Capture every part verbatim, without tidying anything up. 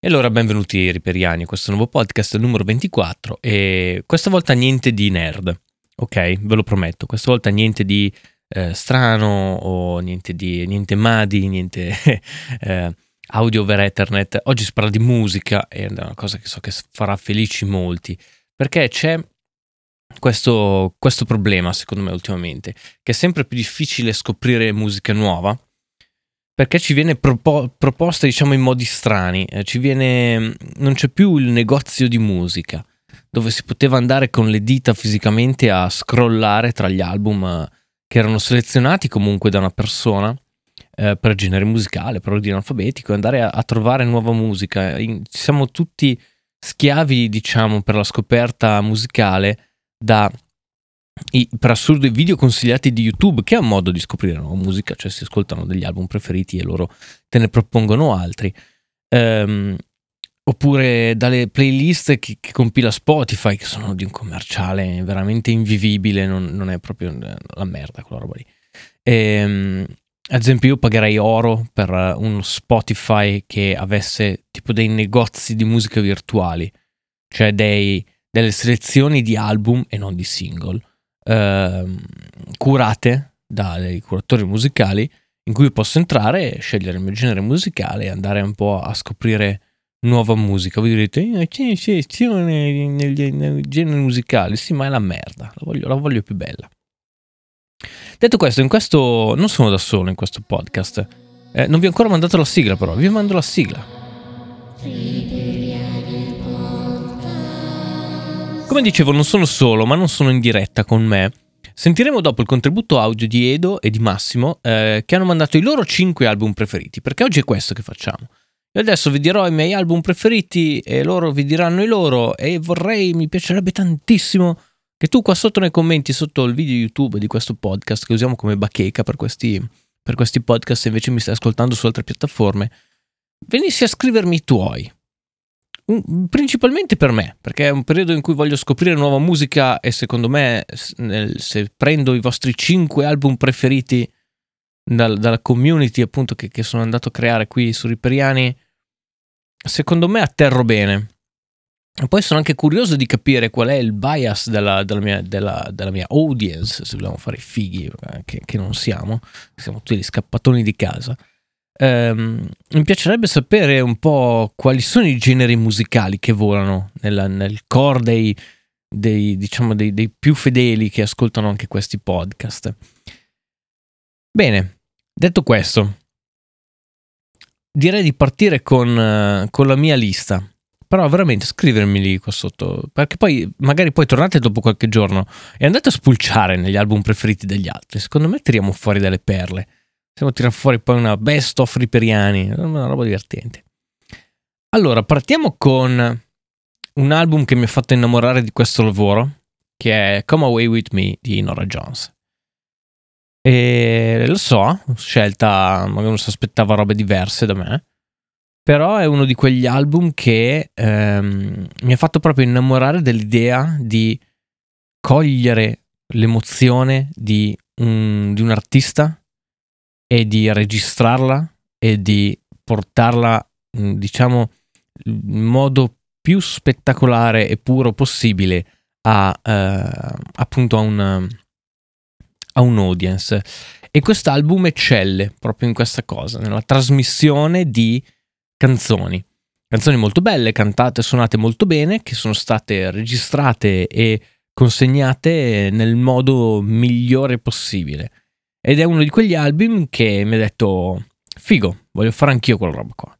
E allora benvenuti riperiani a questo nuovo podcast numero ventiquattro e questa volta niente di nerd, ok? Ve lo prometto, questa volta niente di eh, strano o niente di niente madi, niente eh, audio over Ethernet. Oggi si parla di musica e è una cosa che so che farà felici molti, perché c'è questo, questo problema secondo me ultimamente, che è sempre più difficile scoprire musica nuova, perché ci viene propo- proposta diciamo in modi strani, eh, ci viene non c'è più il negozio di musica dove si poteva andare con le dita fisicamente a scrollare tra gli album eh, che erano selezionati comunque da una persona eh, per genere musicale, per ordine alfabetico, e andare a, a trovare nuova musica. In- siamo tutti schiavi diciamo per la scoperta musicale da I, per assurdo i video consigliati di YouTube, che è un modo di scoprire nuova musica, cioè si ascoltano degli album preferiti e loro te ne propongono altri, ehm, oppure dalle playlist che, che compila Spotify, che sono di un commerciale veramente invivibile, non, non è proprio la merda quella roba lì. Ehm, ad esempio io pagherei oro per uno Spotify che avesse tipo dei negozi di musica virtuali, cioè dei, delle selezioni di album e non di single, Uh, curate dai curatori musicali, in cui posso entrare, scegliere il mio genere musicale e andare un po' a scoprire nuova musica. Voi direte, eh, sì, sì, sì, nei, nei, nei generi musicali, sì, ma è la merda, la voglio, la voglio più bella. Detto questo, in questo non sono da solo in questo podcast, eh, non vi ho ancora mandato la sigla, però vi mando la sigla. Come dicevo, non sono solo, ma non sono in diretta con me. Sentiremo dopo il contributo audio di Edo e di Massimo, eh, che hanno mandato i loro cinque album preferiti, perché oggi è questo che facciamo. Io adesso vi dirò i miei album preferiti e loro vi diranno i loro, e vorrei, mi piacerebbe tantissimo che tu qua sotto nei commenti, sotto il video YouTube di questo podcast, che usiamo come bacheca per questi, per questi podcast, se invece mi stai ascoltando su altre piattaforme, venissi a scrivermi i tuoi. Principalmente per me, perché è un periodo in cui voglio scoprire nuova musica e secondo me se prendo i vostri cinque album preferiti dal, dalla community appunto che, che sono andato a creare qui su Riperiani, secondo me atterro bene. E poi sono anche curioso di capire qual è il bias della, della, mia, della, della mia audience, se vogliamo fare i fighi, che, che non siamo, siamo tutti gli scappatoni di casa. Um, mi piacerebbe sapere un po' quali sono i generi musicali che volano nella, nel core dei, dei, diciamo dei, dei più fedeli che ascoltano anche questi podcast. Bene, detto questo, direi di partire con, uh, con la mia lista. Però veramente scrivermi lì qua sotto, perché poi magari poi tornate dopo qualche giorno e andate a spulciare negli album preferiti degli altri. Secondo me tiriamo fuori delle perle. Stiamo tirando fuori poi una best of Riperiani, una roba divertente. Allora, partiamo con un album che mi ha fatto innamorare di questo lavoro, che è Come Away With Me di Norah Jones. E lo so, scelta, magari non si aspettava robe diverse da me, però è uno di quegli album che ehm, mi ha fatto proprio innamorare dell'idea di cogliere l'emozione di un, di un artista e di registrarla e di portarla, diciamo, in modo più spettacolare e puro possibile a eh, appunto a un a un audience. E quest'album eccelle proprio in questa cosa, nella trasmissione di canzoni. Canzoni molto belle, cantate e suonate molto bene, che sono state registrate e consegnate nel modo migliore possibile. Ed è uno di quegli album che mi ha detto figo, voglio fare anch'io quella roba qua.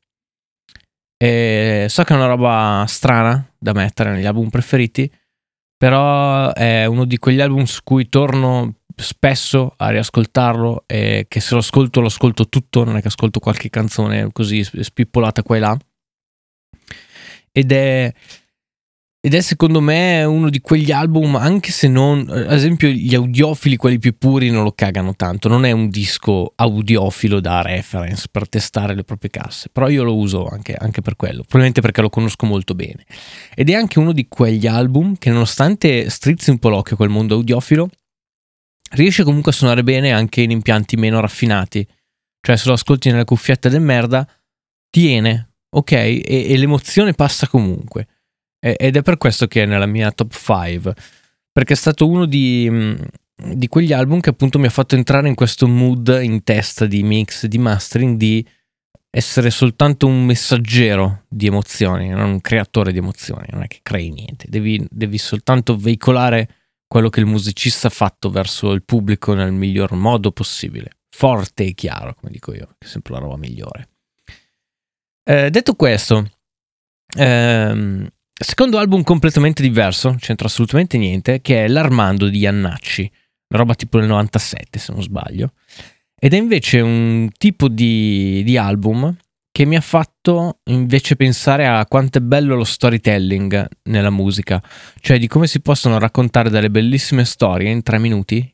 E so che è una roba strana da mettere negli album preferiti, però è uno di quegli album su cui torno spesso a riascoltarlo e che se lo ascolto lo ascolto tutto, non è che ascolto qualche canzone così spippolata qua e là. Ed è Ed è secondo me uno di quegli album, anche se non, ad esempio gli audiofili, quelli più puri, non lo cagano tanto, non è un disco audiofilo da reference per testare le proprie casse, però io lo uso anche, anche per quello, probabilmente perché lo conosco molto bene. Ed è anche uno di quegli album che, nonostante strizzi un po' l'occhio quel mondo audiofilo, riesce comunque a suonare bene anche in impianti meno raffinati, cioè se lo ascolti nelle cuffiette del merda tiene, ok? E, e l'emozione passa comunque. E, ed è per questo che è nella mia top cinque, perché è stato uno di, di quegli album che appunto mi ha fatto entrare in questo mood in testa di mix, di mastering, di essere soltanto un messaggero di emozioni, non un creatore di emozioni, non è che crei niente, devi, devi soltanto veicolare quello che il musicista ha fatto verso il pubblico nel miglior modo possibile, forte e chiaro, come dico io, che è sempre la roba migliore. Eh, detto questo, ehm, secondo album completamente diverso, c'entra assolutamente niente, che è L'Armando di Iannacci, una roba tipo del novantasette se non sbaglio, ed è invece un tipo di, di album che mi ha fatto invece pensare a quanto è bello lo storytelling nella musica, cioè di come si possono raccontare delle bellissime storie in tre minuti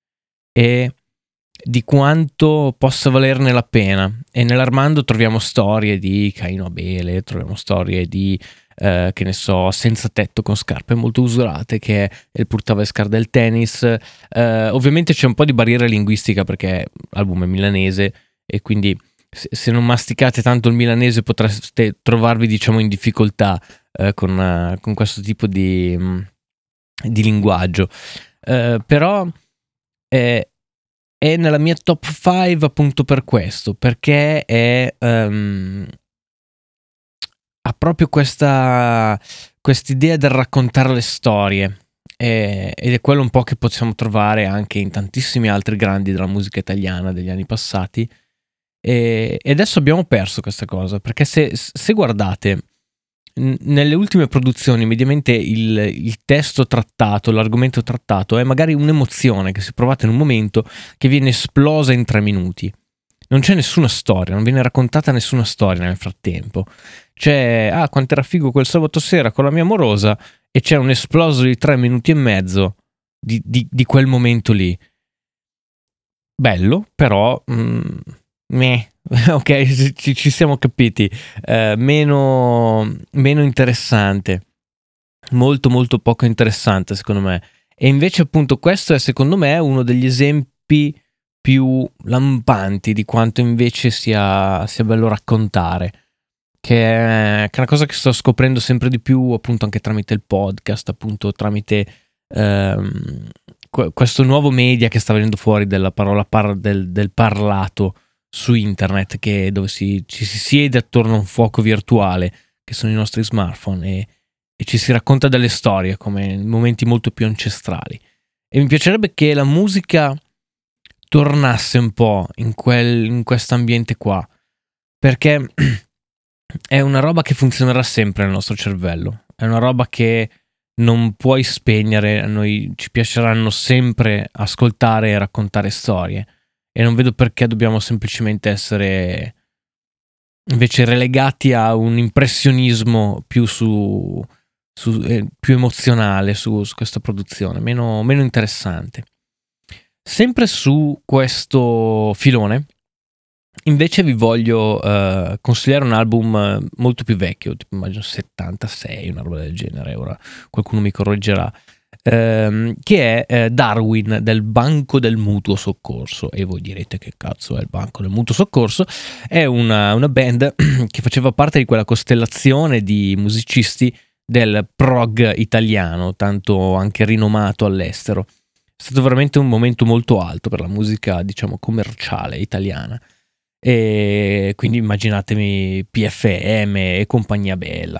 e di quanto possa valerne la pena. E nell'Armando troviamo storie di Caino Abele, troviamo storie di eh, che ne so, Senza tetto con scarpe molto usurate, che è Il Purtavescar del tennis. Eh, ovviamente c'è un po' di barriera linguistica perché l'album è milanese e quindi se, se non masticate tanto il milanese potreste trovarvi, diciamo, in difficoltà eh, con, uh, con questo tipo di, di linguaggio. Eh, però è è nella mia top cinque appunto per questo, perché è um, ha proprio questa quest'idea del raccontare le storie e, ed è quello un po' che possiamo trovare anche in tantissimi altri grandi della musica italiana degli anni passati, e, e adesso abbiamo perso questa cosa, perché se, se guardate nelle ultime produzioni mediamente il, il testo trattato, l'argomento trattato è magari un'emozione che si è provata in un momento che viene esplosa in tre minuti. Non c'è nessuna storia, non viene raccontata nessuna storia nel frattempo. C'è, ah, quanto era figo quel sabato sera con la mia amorosa, e c'è un esploso di tre minuti e mezzo di, di, di quel momento lì. Bello, però mm, meh. Ok, ci, ci siamo capiti. Eh, meno, meno interessante, molto molto poco interessante secondo me. E invece appunto questo è secondo me uno degli esempi più lampanti di quanto invece sia, sia bello raccontare, che è, che è una cosa che sto scoprendo sempre di più appunto anche tramite il podcast, appunto tramite ehm, questo nuovo media che sta venendo fuori della parola par, del, del parlato su internet, che dove si, ci si siede attorno a un fuoco virtuale che sono i nostri smartphone e, e ci si racconta delle storie come in momenti molto più ancestrali. E mi piacerebbe che la musica tornasse un po' in quel in questo ambiente qua, perché è una roba che funzionerà sempre nel nostro cervello, è una roba che non puoi spegnere. A noi ci piaceranno sempre ascoltare e raccontare storie, e non vedo perché dobbiamo semplicemente essere invece relegati a un impressionismo più su, su eh, più emozionale su, su questa produzione, meno, meno interessante. Sempre su questo filone, invece vi voglio uh, consigliare un album molto più vecchio, tipo immagino settantasei, una roba del genere, ora qualcuno mi correggerà, ehm, che è eh, Darwin del Banco del Mutuo Soccorso. E voi direte che cazzo è il Banco del Mutuo Soccorso? È una, una band che faceva parte di quella costellazione di musicisti del prog italiano, tanto anche rinomato all'estero. È stato veramente un momento molto alto per la musica, diciamo, commerciale italiana. E quindi immaginatevi P F M e compagnia bella,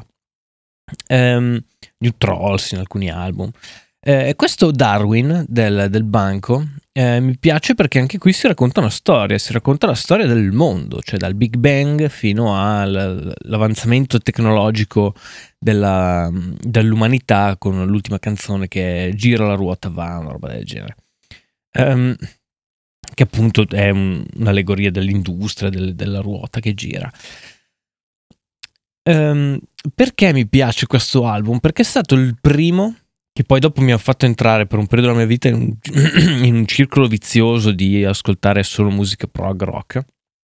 um, New Trolls in alcuni album. Eh, questo Darwin del, del Banco eh, mi piace perché anche qui si racconta una storia, si racconta la storia del mondo, cioè dal Big Bang fino all'avanzamento tecnologico della, dell'umanità, con l'ultima canzone che è Gira la ruota va, una roba del genere. Um, che appunto è un, un'allegoria dell'industria, del, della ruota che gira. Um, perché mi piace questo album? Perché è stato il primo che poi dopo mi ha fatto entrare per un periodo della mia vita in un, in un circolo vizioso di ascoltare solo musica prog rock,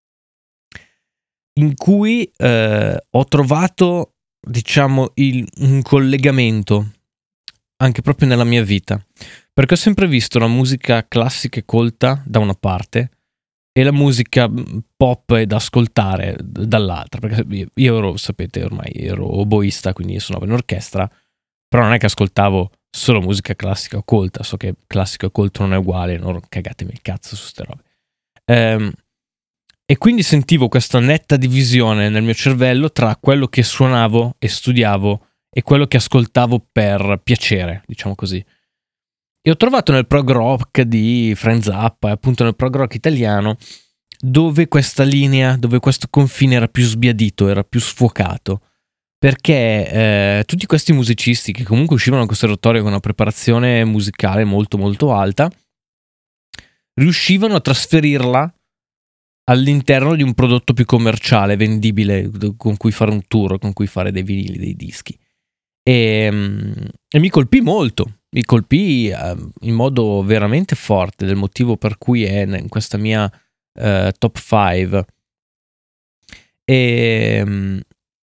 in cui eh, ho trovato, diciamo, il, un collegamento anche proprio nella mia vita, perché ho sempre visto la musica classica e colta da una parte e la musica pop da ascoltare dall'altra, perché io ero, sapete, ormai ero oboista, quindi suonavo in orchestra, però non è che ascoltavo solo musica classica o colta, so che classico e colto non è uguale, non cagatemi il cazzo su ste robe. Ehm, e quindi sentivo questa netta divisione nel mio cervello tra quello che suonavo e studiavo e quello che ascoltavo per piacere, diciamo così. E ho trovato nel prog rock di Frank Zappa e appunto nel prog rock italiano dove questa linea, dove questo confine era più sbiadito, era più sfocato, perché eh, tutti questi musicisti che comunque uscivano al conservatorio con una preparazione musicale molto molto alta riuscivano a trasferirla all'interno di un prodotto più commerciale, vendibile, con cui fare un tour, con cui fare dei vinili, dei dischi. E, e mi colpì molto, mi colpì eh, in modo veramente forte, del motivo per cui è in questa mia eh, top cinque. E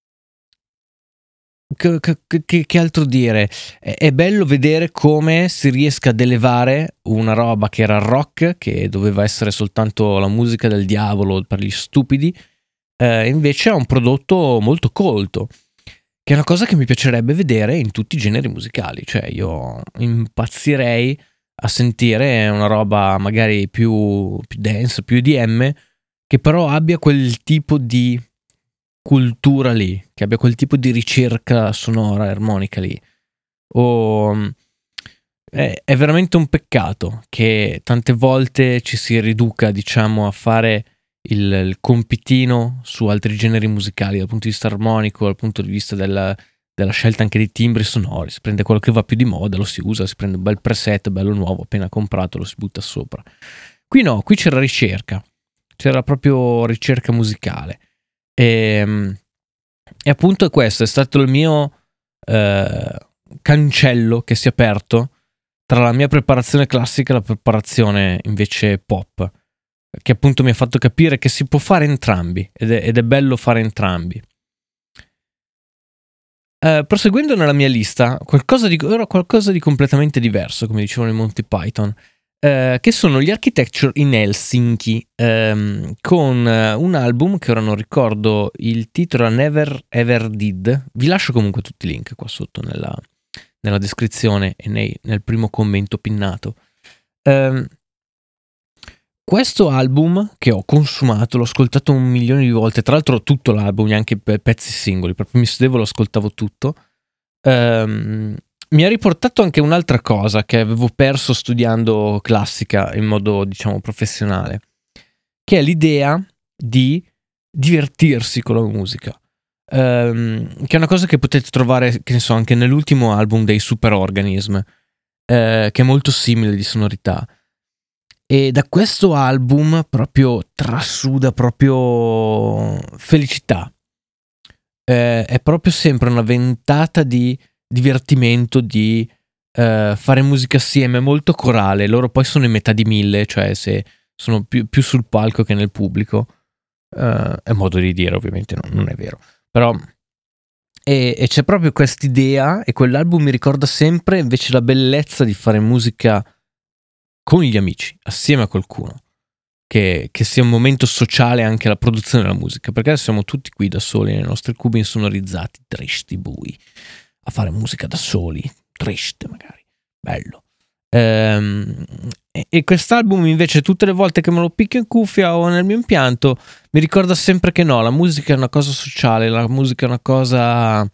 che, che, che altro dire? È, è bello vedere come si riesca ad elevare una roba che era rock, che doveva essere soltanto la musica del diavolo per gli stupidi, eh, invece a un prodotto molto colto, che è una cosa che mi piacerebbe vedere in tutti i generi musicali. Cioè io impazzirei a sentire una roba magari più, più dance, più E D M, che però abbia quel tipo di cultura lì, che abbia quel tipo di ricerca sonora, armonica lì. O è, è veramente un peccato che tante volte ci si riduca, diciamo, a fare il, il compitino su altri generi musicali dal punto di vista armonico, dal punto di vista della, della scelta anche dei timbri sonori. Si prende quello che va più di moda, lo si usa, si prende un bel preset bello nuovo, appena comprato lo si butta sopra. Qui no, qui c'era ricerca, c'era proprio ricerca musicale. E, e appunto questo è stato il mio eh, cancello che si è aperto tra la mia preparazione classica e la preparazione invece pop, che appunto mi ha fatto capire che si può fare entrambi ed è, ed è bello fare entrambi. Eh, proseguendo nella mia lista, qualcosa di, era qualcosa di completamente diverso, come dicevano i Monty Python. Uh, che sono gli Architecture in Helsinki, um, con uh, un album che ora non ricordo il titolo, Never Ever Did. Vi lascio comunque tutti i link qua sotto nella, nella descrizione e nei, nel primo commento pinnato. Um, questo album che ho consumato, l'ho ascoltato un milione di volte, tra l'altro tutto l'album, neanche pezzi singoli, proprio mi sedevo e lo ascoltavo tutto. Um, Mi ha riportato anche un'altra cosa che avevo perso studiando classica in modo, diciamo, professionale, che è l'idea di divertirsi con la musica, ehm, che è una cosa che potete trovare, che ne so, anche nell'ultimo album dei Superorganism, eh, che è molto simile di sonorità. E da questo album proprio trasuda proprio felicità. Eh, è proprio sempre una ventata di divertimento, di uh, fare musica assieme, molto corale. Loro poi sono in metà di mille, cioè se sono più, più sul palco che nel pubblico. Uh, è modo di dire, ovviamente non, non è vero, però e, e c'è proprio quest'idea, e quell'album mi ricorda sempre invece la bellezza di fare musica con gli amici, assieme a qualcuno, che, che sia un momento sociale anche la produzione della musica, perché siamo tutti qui da soli nei nostri cubi insonorizzati, tristi, bui, a fare musica da soli, triste magari, bello. Ehm, e, e quest'album invece tutte le volte che me lo picchio in cuffia o nel mio impianto mi ricorda sempre che no, la musica è una cosa sociale, la musica è una cosa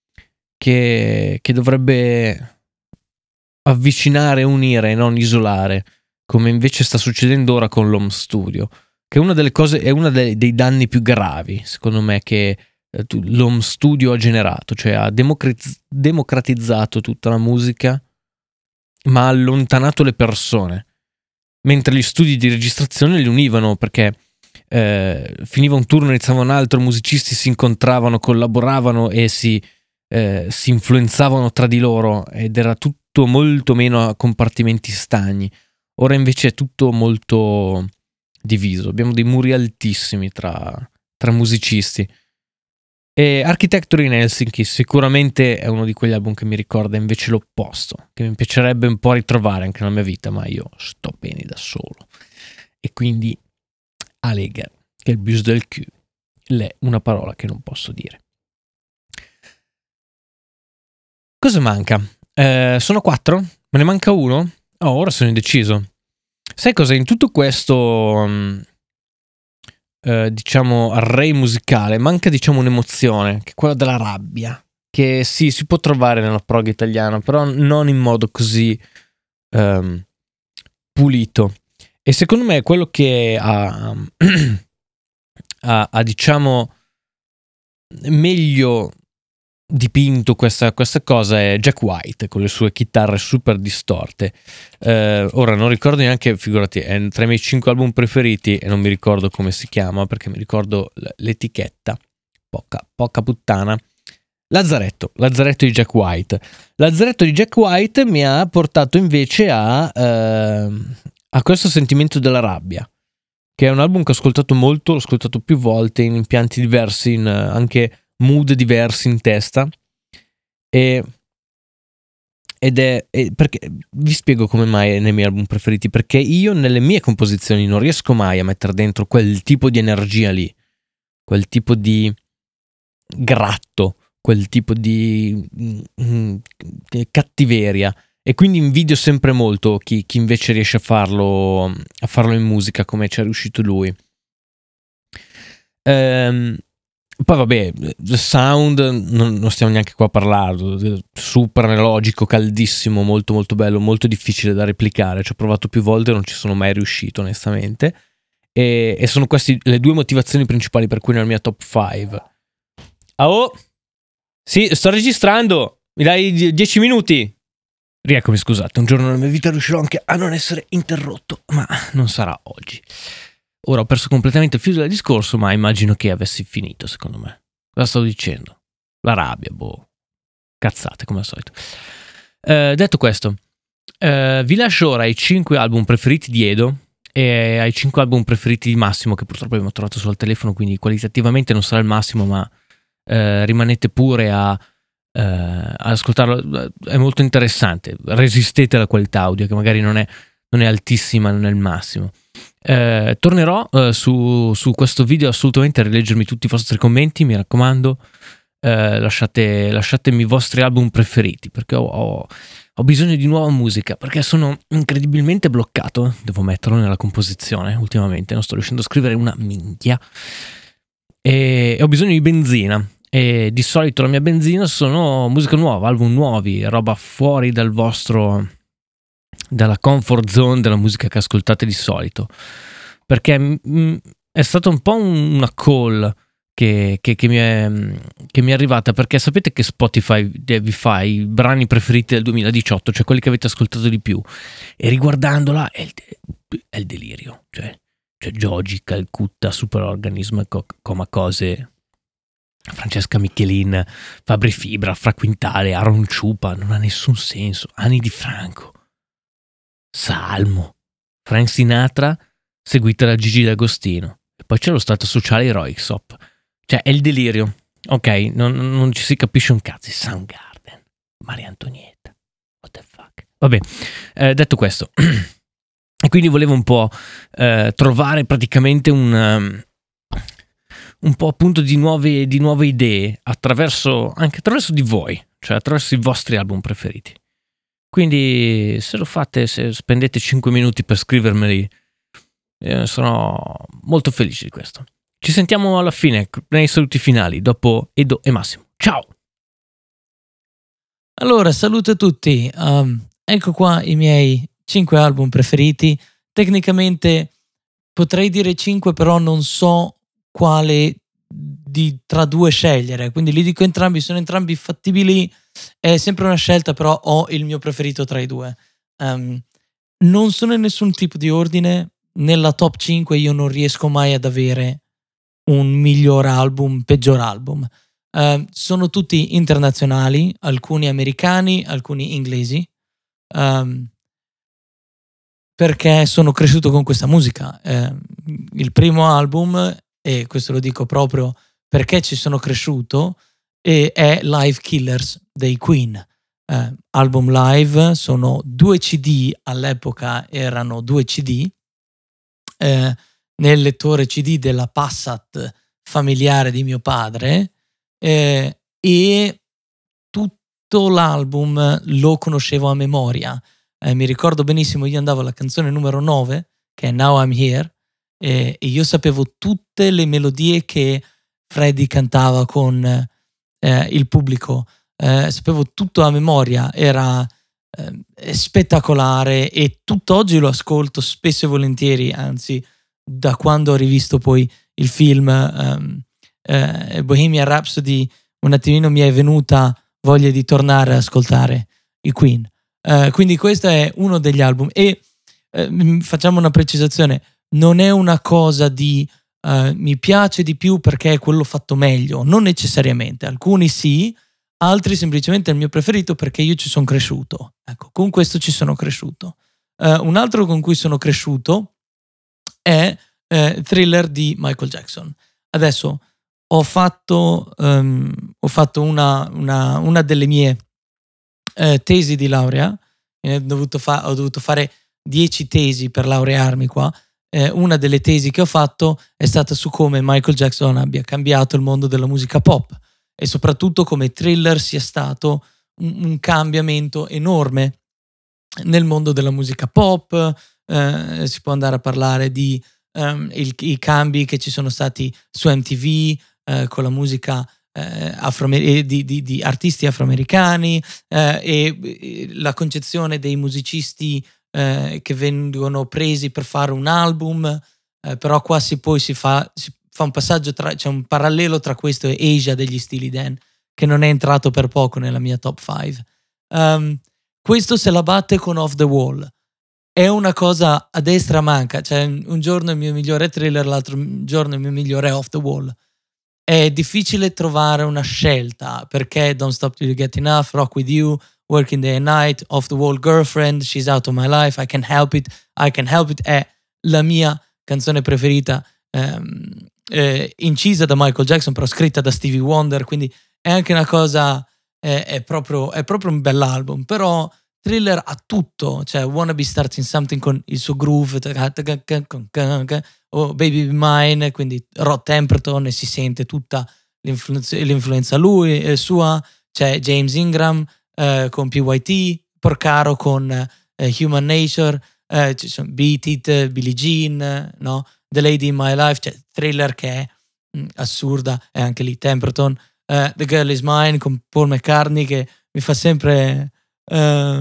che, che dovrebbe avvicinare, unire e non isolare, come invece sta succedendo ora con l'home studio, che è una delle cose, è uno dei, dei danni più gravi secondo me che l'home studio ha generato, cioè ha democratiz- democratizzato tutta la musica ma ha allontanato le persone, mentre gli studi di registrazione li univano, perché eh, finiva un turno, iniziava un altro, i musicisti si incontravano, collaboravano e si, eh, si influenzavano tra di loro ed era tutto molto meno a compartimenti stagni. Ora invece è tutto molto diviso, abbiamo dei muri altissimi tra, tra musicisti. E Architecture in Helsinki sicuramente è uno di quegli album che mi ricorda invece l'opposto, che mi piacerebbe un po' ritrovare anche nella mia vita, ma io sto bene da solo e quindi alléguer, che è il bus del cul. L'è una parola che non posso dire. Cosa manca? Eh, sono quattro? Me ne manca uno? Oh, ora sono indeciso. Sai cosa? In tutto questo, um, eh, diciamo, array musicale manca, diciamo, un'emozione, che è quella della rabbia, che sì, si può trovare nella prog italiana, però non in modo così um, pulito. E secondo me quello che ha, ha, ha diciamo, meglio dipinto questa, questa cosa è Jack White con le sue chitarre super distorte. Eh, ora non ricordo neanche, figurati, è tra i miei cinque album preferiti e non mi ricordo come si chiama perché mi ricordo l'etichetta. Poca, poca puttana. Lazzaretto, Lazzaretto di Jack White. Lazzaretto di Jack White mi ha portato invece a, eh, a questo sentimento della rabbia, che è un album che ho ascoltato molto, l'ho ascoltato più volte in impianti diversi, in anche mood diversi in testa, e ed è, è perché vi spiego come mai è nei miei album preferiti, perché io nelle mie composizioni non riesco mai a mettere dentro quel tipo di energia lì, quel tipo di gratto, quel tipo di mm, cattiveria, e quindi invidio sempre molto chi, chi invece riesce a farlo a farlo in musica come ci è riuscito lui. ehm Poi vabbè, The Sound non, non stiamo neanche qua a parlare, super analogico, caldissimo, molto molto bello, molto difficile da replicare, ci ho provato più volte e non ci sono mai riuscito onestamente, e, e sono queste le due motivazioni principali per cui nella mia top cinque. Ah, oh! Sì, sto registrando, mi dai dieci minuti? Rieccomi, scusate, un giorno nella mia vita riuscirò anche a non essere interrotto, ma non sarà oggi. Ora ho perso completamente il filo del discorso, ma immagino che avessi finito, secondo me. Cosa stavo dicendo? La rabbia, boh. Cazzate, come al solito. Eh, detto questo, eh, vi lascio ora ai cinque album preferiti di Edo e ai cinque album preferiti di Massimo, che purtroppo abbiamo trovato solo al telefono, quindi qualitativamente non sarà il massimo, ma eh, rimanete pure a, eh, a ascoltarlo. È molto interessante. Resistete alla qualità audio, che magari non è, non è altissima, non è il massimo. Eh, tornerò eh, su, su questo video assolutamente a rileggermi tutti i vostri commenti, mi raccomando. Eh, lasciate, lasciatemi i vostri album preferiti, perché ho, ho, ho bisogno di nuova musica, perché sono incredibilmente bloccato, devo metterlo nella composizione ultimamente, non sto riuscendo a scrivere una minchia, e ho bisogno di benzina, e di solito la mia benzina sono musica nuova, album nuovi, roba fuori dal vostro, dalla comfort zone della musica che ascoltate di solito, perché mh, è stata un po' una call che, che, che, mi è, che mi è arrivata, perché sapete che Spotify vi fa i brani preferiti del duemiladiciotto, cioè quelli che avete ascoltato di più, e riguardandola è il, è il delirio, cioè, cioè Giogi, Calcutta, Superorganism, Coma Cose, Francesca Michelin, Fabri Fibra, Fra Quintale, Aaron Ciupa, non ha nessun senso. Ani Di Franco, Salmo, Frank Sinatra, seguita da Gigi D'Agostino, e poi c'è lo stato sociale Roixop. Cioè è il delirio, ok? Non, non ci si capisce un cazzo. Soundgarden, Maria Antonietta, what the fuck. Vabbè, eh, detto questo, e quindi volevo un po' eh, trovare praticamente un um, un po' appunto di nuove, di nuove idee attraverso, anche attraverso di voi, cioè attraverso i vostri album preferiti. Quindi se lo fate, se spendete cinque minuti per scrivermeli, eh, sono molto felice di questo. Ci sentiamo alla fine, nei saluti finali, dopo Edo e Massimo. Ciao! Allora, saluto a tutti. Um, ecco qua i miei cinque album preferiti. Tecnicamente potrei dire cinque, però non so quale di tra due scegliere, quindi li dico entrambi, sono entrambi fattibili, è sempre una scelta, però ho il mio preferito tra i due. Um, non sono in nessun tipo di ordine, nella top cinque io non riesco mai ad avere un miglior album, peggior album. Uh, sono tutti internazionali, alcuni americani, alcuni inglesi, um, perché sono cresciuto con questa musica. Uh, il primo album, e questo lo dico proprio perché ci sono cresciuto, e è Live Killers dei Queen. Uh, album live, sono due C D, all'epoca erano due C D, uh, nel lettore C D della Passat familiare di mio padre, eh, e tutto l'album lo conoscevo a memoria. Eh, mi ricordo benissimo, io andavo alla canzone numero nove, che è Now I'm Here, eh, e io sapevo tutte le melodie che Freddie cantava con eh, il pubblico. Eh, sapevo tutto a memoria, era eh, spettacolare, e tutt'oggi lo ascolto spesso e volentieri, anzi da quando ho rivisto poi il film um, eh, Bohemian Rhapsody un attimino mi è venuta voglia di tornare ad ascoltare i Queen. Uh, quindi questo è uno degli album, e uh, facciamo una precisazione, non è una cosa di uh, mi piace di più perché è quello fatto meglio, non necessariamente, alcuni sì, altri semplicemente è il mio preferito perché io ci sono cresciuto. Ecco, con questo ci sono cresciuto. Uh, un altro con cui sono cresciuto è uh, Thriller di Michael Jackson. Adesso ho fatto, um, ho fatto una, una, una delle mie uh, tesi di laurea, ho dovuto, fa- ho dovuto fare dieci tesi per laurearmi qua. Uh, una delle tesi che ho fatto è stata su come Michael Jackson abbia cambiato il mondo della musica pop, e soprattutto come Thriller sia stato un, un cambiamento enorme nel mondo della musica pop. Eh, si può andare a parlare di um, il, i cambi che ci sono stati su M T V eh, con la musica eh, afroamer- di, di, di artisti afroamericani, eh, e, e la concezione dei musicisti eh, che vengono presi per fare un album, eh, però qua si poi si fa, si fa un passaggio tra, c'è un parallelo tra questo e Asia degli Steely Dan, che non è entrato per poco nella mia top cinque. Um, questo se la batte con Off the Wall. È una cosa a destra manca, cioè un giorno il mio migliore Thriller, l'altro giorno il mio migliore è Off the Wall. È difficile trovare una scelta, perché Don't Stop Till You Get Enough, Rock With You, Working Day and Night, Off the Wall, Girlfriend, She's Out of My Life, I Can Help It, I Can Help It è la mia canzone preferita, ehm, eh, incisa da Michael Jackson, però scritta da Stevie Wonder, quindi è anche una cosa, eh, è, proprio, è proprio un bell'album. Però Thriller ha tutto, cioè Wanna Be Starting Something con il suo groove, o Baby Be Mine, quindi Rod Temperton, e si sente tutta l'influenza, l'influenza lui, eh, sua. C'è James Ingram eh, con P Y T, Porcaro con eh, Human Nature, eh, ci sono Beat It, Billie Jean, no? The Lady in My Life, cioè Thriller che è mh, assurda, e anche lì Temperton, uh, The Girl Is Mine con Paul McCartney, che mi fa sempre uh,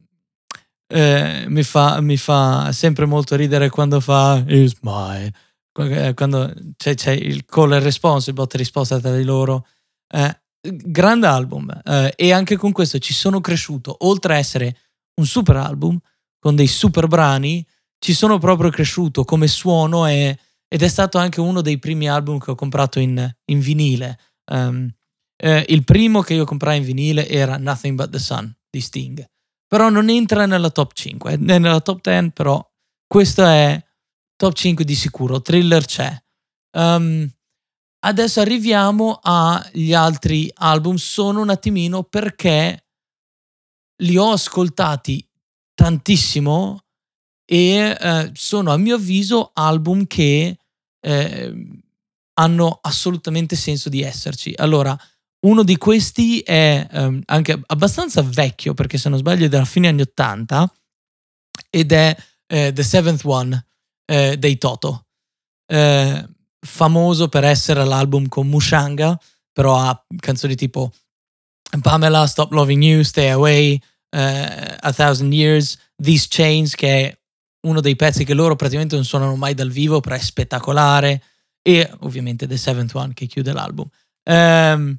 uh, mi, fa, mi fa sempre molto ridere quando fa Is Mine, quando c'è, c'è il call and response, il botta e risposta tra di loro. Uh, grande album, uh, e anche con questo ci sono cresciuto. Oltre a essere un super album con dei super brani, ci sono proprio cresciuto come suono, e, ed è stato anche uno dei primi album che ho comprato in, in vinile. Um, eh, il primo che io comprai in vinile era Nothing But The Sun di Sting, però non entra nella top cinque, è nella top dieci, però questo è top cinque di sicuro. Thriller c'è. Um, adesso arriviamo agli altri album. Sono un attimino, perché li ho ascoltati tantissimo, e eh, sono a mio avviso album che eh, hanno assolutamente senso di esserci. Allora, uno di questi è ehm, anche abbastanza vecchio, perché se non sbaglio è della fine anni ottanta, ed è eh, The Seventh One eh, dei Toto, eh, famoso per essere l'album con Mushanga, però ha canzoni tipo Pamela, Stop Loving You, Stay Away, uh, A Thousand Years, These Chains, che è uno dei pezzi che loro praticamente non suonano mai dal vivo, però è spettacolare, e ovviamente The Seventh One che chiude l'album. Um,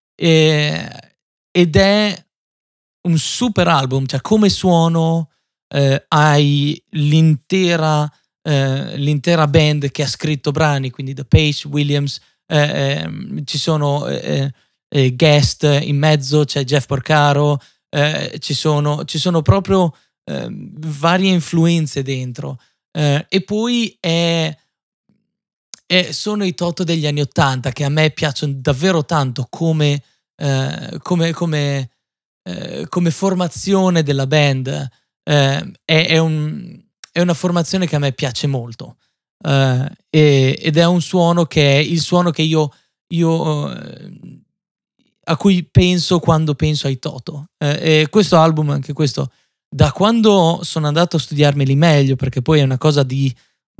e, ed è un super album, cioè come suono, eh, hai l'intera, eh, l'intera band che ha scritto brani, quindi The Pace, Williams, eh, eh, ci sono eh, eh, guest in mezzo, c'è Jeff Porcaro, eh, ci, sono, ci sono proprio eh, varie influenze dentro, eh, e poi è, è, sono i Toto degli anni ottanta, che a me piacciono davvero tanto come, eh, come, come, eh, come formazione della band. Eh, è, è, un, è una formazione che a me piace molto. uh, e, ed è un suono che è il suono che io, io uh, a cui penso quando penso ai Toto. Uh, e questo album, anche questo, da quando sono andato a studiarmeli meglio, perché poi è una cosa di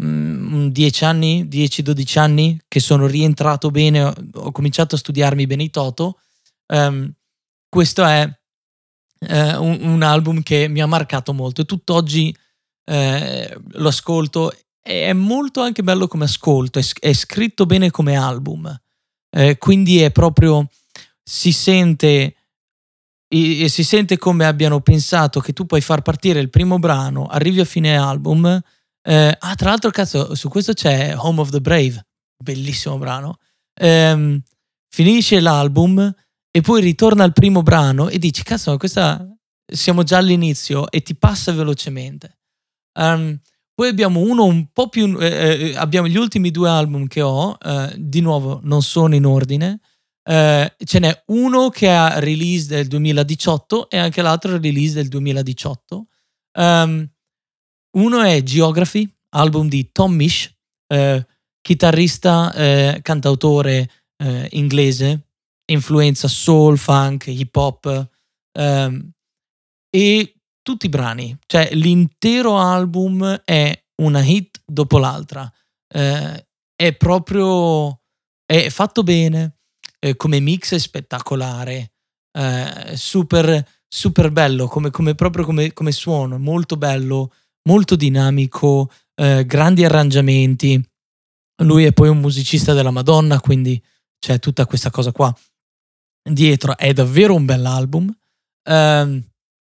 dieci anni, dieci dodici anni che sono rientrato bene, ho, ho cominciato a studiarmi bene i Toto. Um, questo è uh, un, un album che mi ha marcato molto e tutt'oggi uh, lo ascolto. È molto anche bello come ascolto, è, è scritto bene come album, uh, quindi è proprio, si sente e, e si sente come abbiano pensato che tu puoi far partire il primo brano, arrivi a fine album. Eh, ah, tra l'altro, cazzo, su questo c'è Home of the Brave, bellissimo brano. Eh, finisce l'album e poi ritorna al primo brano e dici, cazzo, ma questa siamo già all'inizio, e ti passa velocemente. Um, poi abbiamo uno un po' più. Eh, abbiamo gli ultimi due album che ho, eh, di nuovo, non sono in ordine. Eh, ce n'è uno che ha release del duemiladiciotto e anche l'altro release del duemiladiciotto. Um, Uno è Geography, album di Tom Misch, eh, chitarrista, eh, cantautore eh, inglese, influenza soul, funk, hip hop, ehm, e tutti i brani, cioè l'intero album è una hit dopo l'altra. Eh, è proprio, è fatto bene, eh, come mix è spettacolare, eh, super, super bello, come, come proprio come, come suono, molto bello, molto dinamico, eh, grandi arrangiamenti. Lui è poi un musicista della Madonna, quindi c'è tutta questa cosa qua dietro. È davvero un bell'album. Um,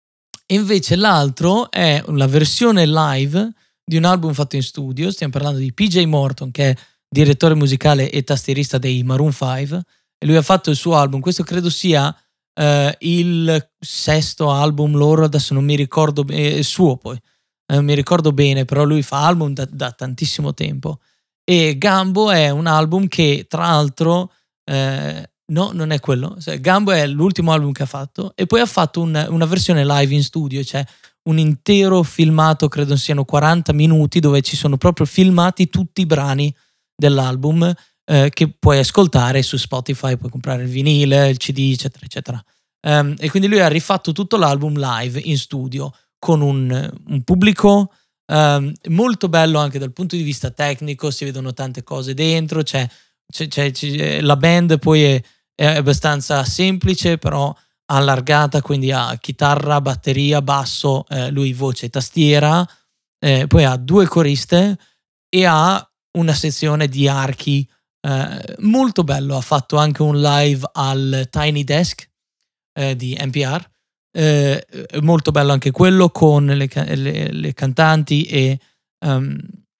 invece l'altro è la versione live di un album fatto in studio. Stiamo parlando di P J Morton, che è direttore musicale e tastierista dei Maroon cinque, e lui ha fatto il suo album. Questo credo sia uh, il sesto album loro, adesso non mi ricordo bene, è suo poi. Non mi ricordo bene, però lui fa album da, da tantissimo tempo. E Gambo è un album che, tra l'altro, eh, no, non è quello. Gambo è l'ultimo album che ha fatto, e poi ha fatto un, una versione live in studio, cioè un intero filmato, credo siano quaranta minuti, dove ci sono proprio filmati tutti i brani dell'album, eh, che puoi ascoltare su Spotify, puoi comprare il vinile, il C D, eccetera, eccetera. Um, e quindi lui ha rifatto tutto l'album live in studio, con un, un pubblico um, molto bello anche dal punto di vista tecnico. Si vedono tante cose dentro, c'è, c'è, c'è, c'è la band poi è, è abbastanza semplice, però allargata, quindi ha chitarra, batteria, basso, eh, lui voce e tastiera, eh, poi ha due coriste e ha una sezione di archi, eh, molto bello. Ha fatto anche un live al Tiny Desk eh, di N P R. Eh, molto bello anche quello, con le, le, le cantanti e um,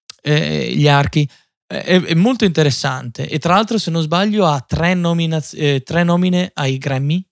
eh, gli archi. È, è molto interessante, e tra l'altro, se non sbaglio, ha tre, nominaz- eh, tre nomine ai Grammy,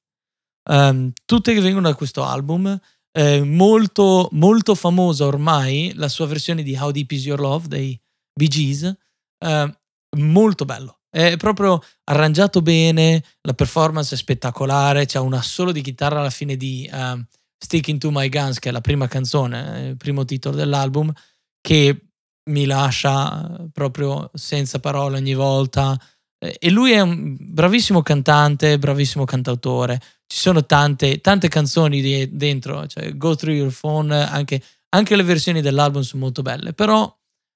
um, tutte che vengono da questo album. Eh, molto, molto famosa ormai la sua versione di How Deep Is Your Love dei Bee Gees. Eh, molto bello. È proprio arrangiato bene, la performance è spettacolare, c'è un assolo di chitarra alla fine di um, Sticking to My Guns, che è la prima canzone, il primo titolo dell'album, che mi lascia proprio senza parole ogni volta. E lui è un bravissimo cantante, bravissimo cantautore. Ci sono tante, tante canzoni di, dentro, cioè Go Through Your Phone, anche, anche le versioni dell'album sono molto belle, però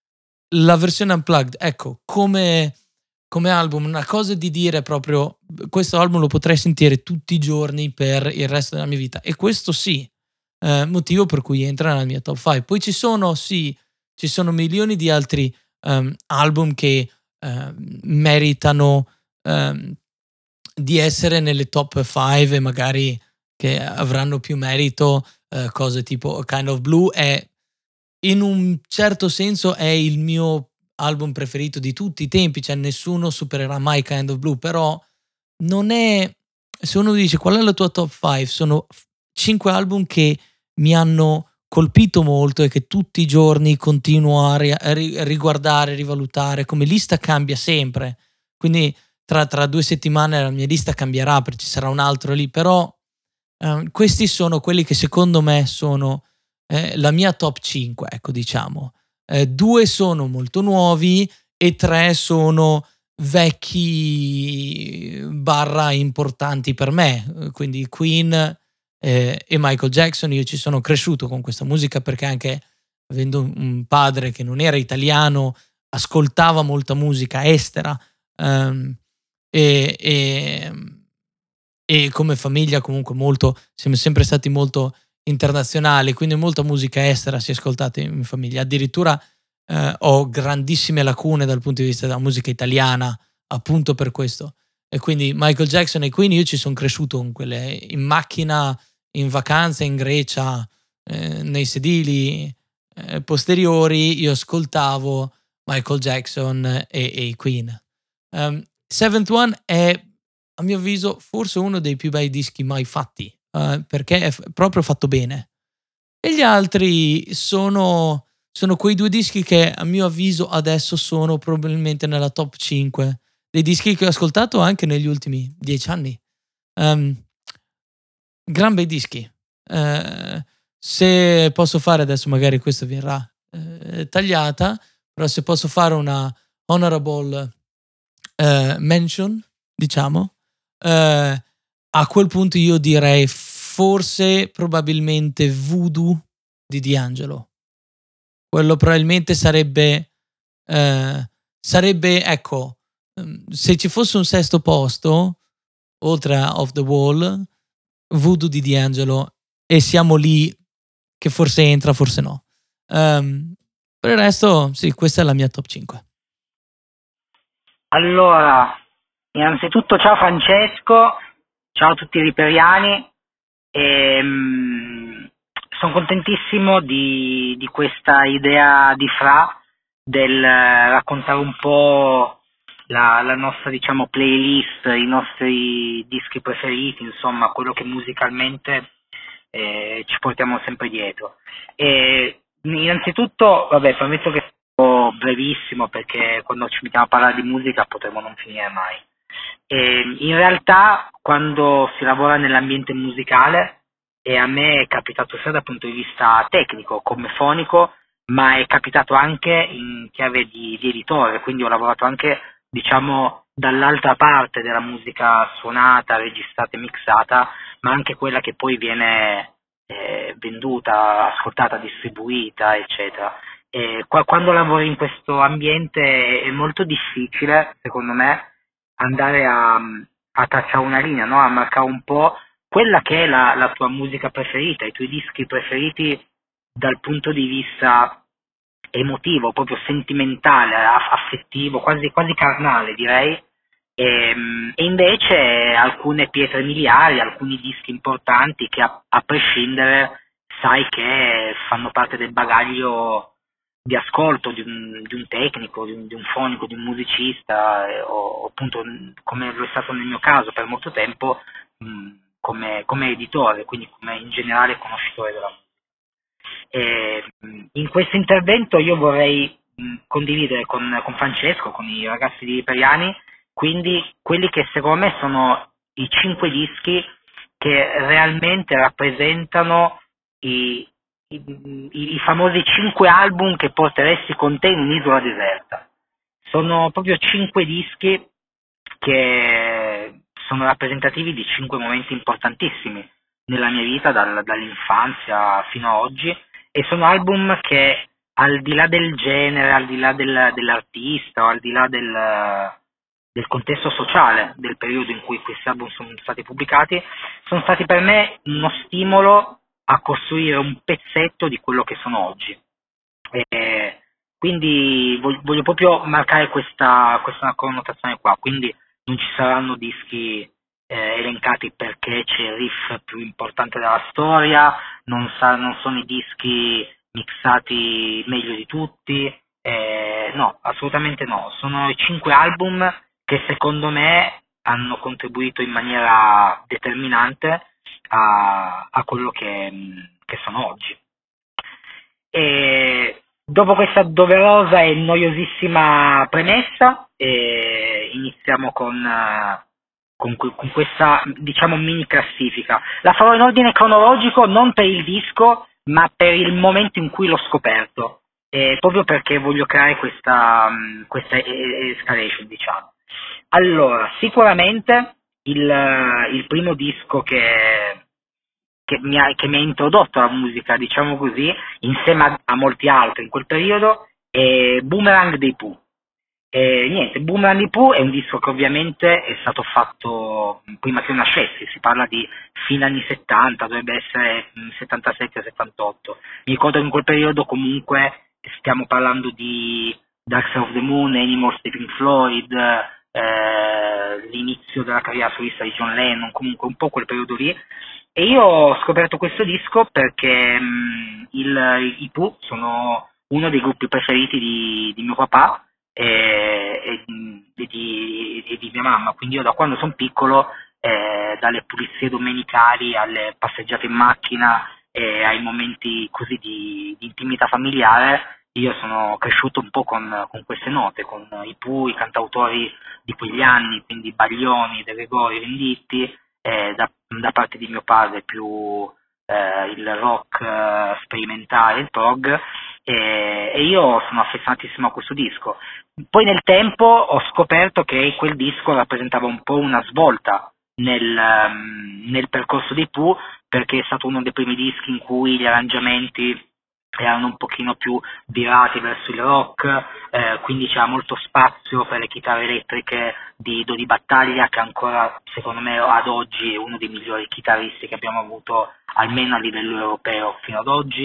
la versione unplugged, ecco, come... come album, una cosa di dire proprio, questo album lo potrei sentire tutti i giorni per il resto della mia vita. E questo sì, eh, motivo per cui entra nella mia top cinque. Poi ci sono, sì, ci sono milioni di altri um, album che uh, meritano um, di essere nelle top cinque, e magari che avranno più merito, uh, cose tipo A Kind of Blue è, in un certo senso, è il mio album preferito di tutti i tempi, cioè nessuno supererà mai Kind of Blue, però non è, se uno dice qual è la tua top cinque, sono cinque album che mi hanno colpito molto e che tutti i giorni continuo a, ri- a ri- riguardare, rivalutare. Come lista cambia sempre, quindi tra, tra due settimane la mia lista cambierà, perché ci sarà un altro lì, però eh, questi sono quelli che secondo me sono eh, la mia top cinque, ecco, diciamo. eh, due sono molto nuovi e tre sono vecchi barra importanti per me, quindi Queen eh, e Michael Jackson. Io ci sono cresciuto con questa musica perché, anche avendo un padre che non era italiano, ascoltava molta musica estera, um, e, e, e come famiglia comunque molto, siamo sempre stati molto internazionali, quindi molta musica estera si è ascoltata in famiglia. Addirittura eh, ho grandissime lacune dal punto di vista della musica italiana, appunto per questo. E quindi Michael Jackson e Queen, io ci sono cresciuto con quelle, in macchina, in vacanza in Grecia, eh, nei sedili eh, posteriori io ascoltavo Michael Jackson e, e i Queen. um, Seventh One è, a mio avviso, forse uno dei più bei dischi mai fatti, uh, perché è f- proprio fatto bene. E gli altri sono, sono quei due dischi che, a mio avviso, adesso sono probabilmente nella top cinque dei dischi che ho ascoltato anche negli ultimi dieci anni. Um, gran bei dischi. Uh, se posso fare, adesso magari questo verrà uh, tagliata, però se posso fare una honorable uh, mention, diciamo, uh, a quel punto io direi forse probabilmente Voodoo di D'Angelo. Quello probabilmente sarebbe uh, sarebbe, ecco, um, se ci fosse un sesto posto oltre a Off the Wall, Voodoo di D'Angelo, e siamo lì che forse entra, forse no. Um, per il resto, sì, questa è la mia top cinque. Allora, innanzitutto ciao Francesco, ciao a tutti i riperiani. Ehm, sono contentissimo di, di questa idea di Fra del raccontare un po' la, la nostra, diciamo, playlist, i nostri dischi preferiti, insomma, quello che musicalmente eh, ci portiamo sempre dietro. E innanzitutto, vabbè, prometto che sarò brevissimo perché quando ci mettiamo a parlare di musica potremo non finire mai. E in realtà, quando si lavora nell'ambiente musicale, e a me è capitato sia dal punto di vista tecnico, come fonico, ma è capitato anche in chiave di, di editore, quindi ho lavorato anche, diciamo, dall'altra parte della musica suonata, registrata e mixata, ma anche quella che poi viene eh, venduta, ascoltata, distribuita, eccetera. E qua, quando lavori in questo ambiente è molto difficile, secondo me, andare a, a tracciare una linea, no? A marcare un po' quella che è la, la tua musica preferita, i tuoi dischi preferiti dal punto di vista emotivo, proprio sentimentale, affettivo, quasi, quasi carnale, direi. E, e invece alcune pietre miliari, alcuni dischi importanti che a, a prescindere sai che fanno parte del bagaglio di ascolto di un, di un tecnico, di un, di un fonico, di un musicista, eh, o appunto, come lo è stato nel mio caso per molto tempo, mh, come, come editore, quindi come in generale conoscitore della musica. E, mh, in questo intervento io vorrei mh, condividere con, con Francesco, con i ragazzi di Riperiani, quindi quelli che secondo me sono i cinque dischi che realmente rappresentano i I, i, i famosi cinque album che porteresti con te in un'isola deserta. Sono proprio cinque dischi che sono rappresentativi di cinque momenti importantissimi nella mia vita, dal, dall'infanzia fino ad oggi, e sono album che, al di là del genere, al di là del, dell'artista, o al di là del, del contesto sociale del periodo in cui questi album sono stati pubblicati, sono stati per me uno stimolo a costruire un pezzetto di quello che sono oggi. E quindi voglio, voglio proprio marcare questa, questa connotazione qua, quindi non ci saranno dischi eh, elencati perché c'è il riff più importante della storia, non, sa, non sono i dischi mixati meglio di tutti, eh, no, assolutamente no, sono i cinque album che secondo me hanno contribuito in maniera determinante A, a quello che, che sono oggi. E dopo questa doverosa e noiosissima premessa, eh, iniziamo con, con, con questa, diciamo, mini classifica. La farò in ordine cronologico, non per il disco, ma per il momento in cui l'ho scoperto. eh, proprio perché voglio creare questa, mh, questa e- e- escalation, diciamo. Allora, sicuramente il, il primo disco che, che, mi ha, che mi ha introdotto alla musica, diciamo così, insieme a, a molti altri in quel periodo, è Boomerang dei Pooh. E niente, Boomerang di Pooh è un disco che ovviamente è stato fatto prima che io nascessi, si parla di fine anni settanta, dovrebbe essere mh, settantasette settantotto. Mi ricordo che in quel periodo comunque stiamo parlando di Dark Side of the Moon, Animals di Pink Floyd, eh, l'inizio della carriera solista di John Lennon, comunque un po' quel periodo lì. E io ho scoperto questo disco perché mh, il, i Pooh sono uno dei gruppi preferiti di, di mio papà e, e, e di, e di mia mamma, quindi io da quando sono piccolo, eh, dalle pulizie domenicali alle passeggiate in macchina e ai momenti così di, di intimità familiare, io sono cresciuto un po' con, con queste note, con i Pooh, i cantautori di quegli anni, quindi Baglioni, De Gregori, Venditti, eh, da, da parte di mio padre più eh, il rock eh, sperimentale, il prog, e, e io sono affezionatissimo a questo disco. Poi nel tempo ho scoperto che quel disco rappresentava un po' una svolta nel, um, nel percorso dei Pooh, perché è stato uno dei primi dischi in cui gli arrangiamenti erano un pochino più virati verso il rock, eh, quindi c'era molto spazio per le chitarre elettriche di Dodi Battaglia, che ancora secondo me ad oggi è uno dei migliori chitarristi che abbiamo avuto almeno a livello europeo fino ad oggi.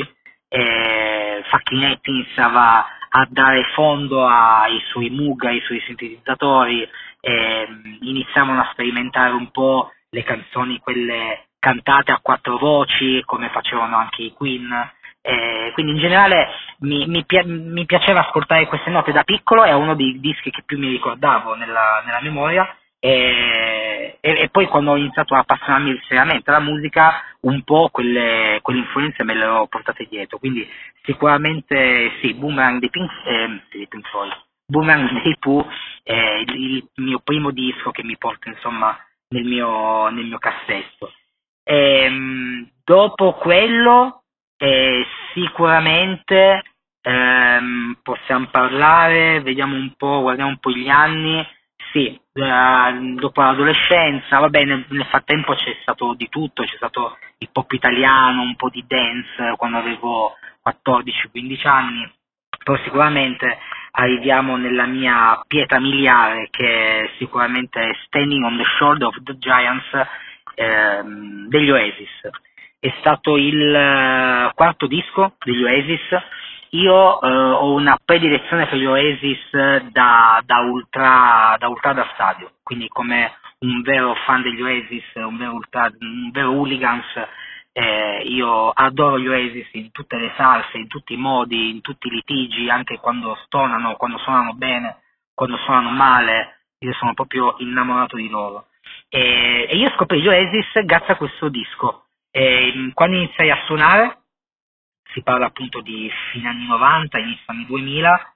E Facchinetti iniziava a dare fondo ai suoi Moog, ai suoi sintetizzatori, e iniziavano a sperimentare un po' le canzoni, quelle cantate a quattro voci, come facevano anche i Queen. Eh, quindi in generale mi, mi, pi- mi piaceva ascoltare queste note da piccolo, è uno dei dischi che più mi ricordavo nella, nella memoria, e, e, e poi quando ho iniziato a appassionarmi seriamente alla musica, un po' quelle, quelle influenze me le ho portate dietro, quindi sicuramente sì, Boomerang di Pink, eh, sì, di Pink Floyd, Boomerang dei Pooh è il, il mio primo disco che mi porta insomma nel mio, nel mio cassetto. E, dopo quello eh, sicuramente ehm, possiamo parlare, vediamo un po', guardiamo un po' gli anni, sì, eh, dopo l'adolescenza, va bene, nel frattempo c'è stato di tutto, c'è stato il pop italiano, un po' di dance quando avevo quattordici quindici anni, però sicuramente arriviamo nella mia pietra miliare, che sicuramente è Standing on the Shoulder of the Giants, ehm, degli Oasis. È stato il eh, quarto disco degli Oasis. Io eh, ho una predilezione per gli Oasis da, da ultra da ultra da stadio, quindi come un vero fan degli Oasis, un vero, ultra, un vero hooligans, eh, io adoro gli Oasis in tutte le salse, in tutti i modi, in tutti i litigi, anche quando stonano, quando suonano bene, quando suonano male, io sono proprio innamorato di loro. E, e io scoprì gli Oasis grazie a questo disco. E, quando iniziai a suonare, si parla appunto di fine anni novanta, inizio anni duemila,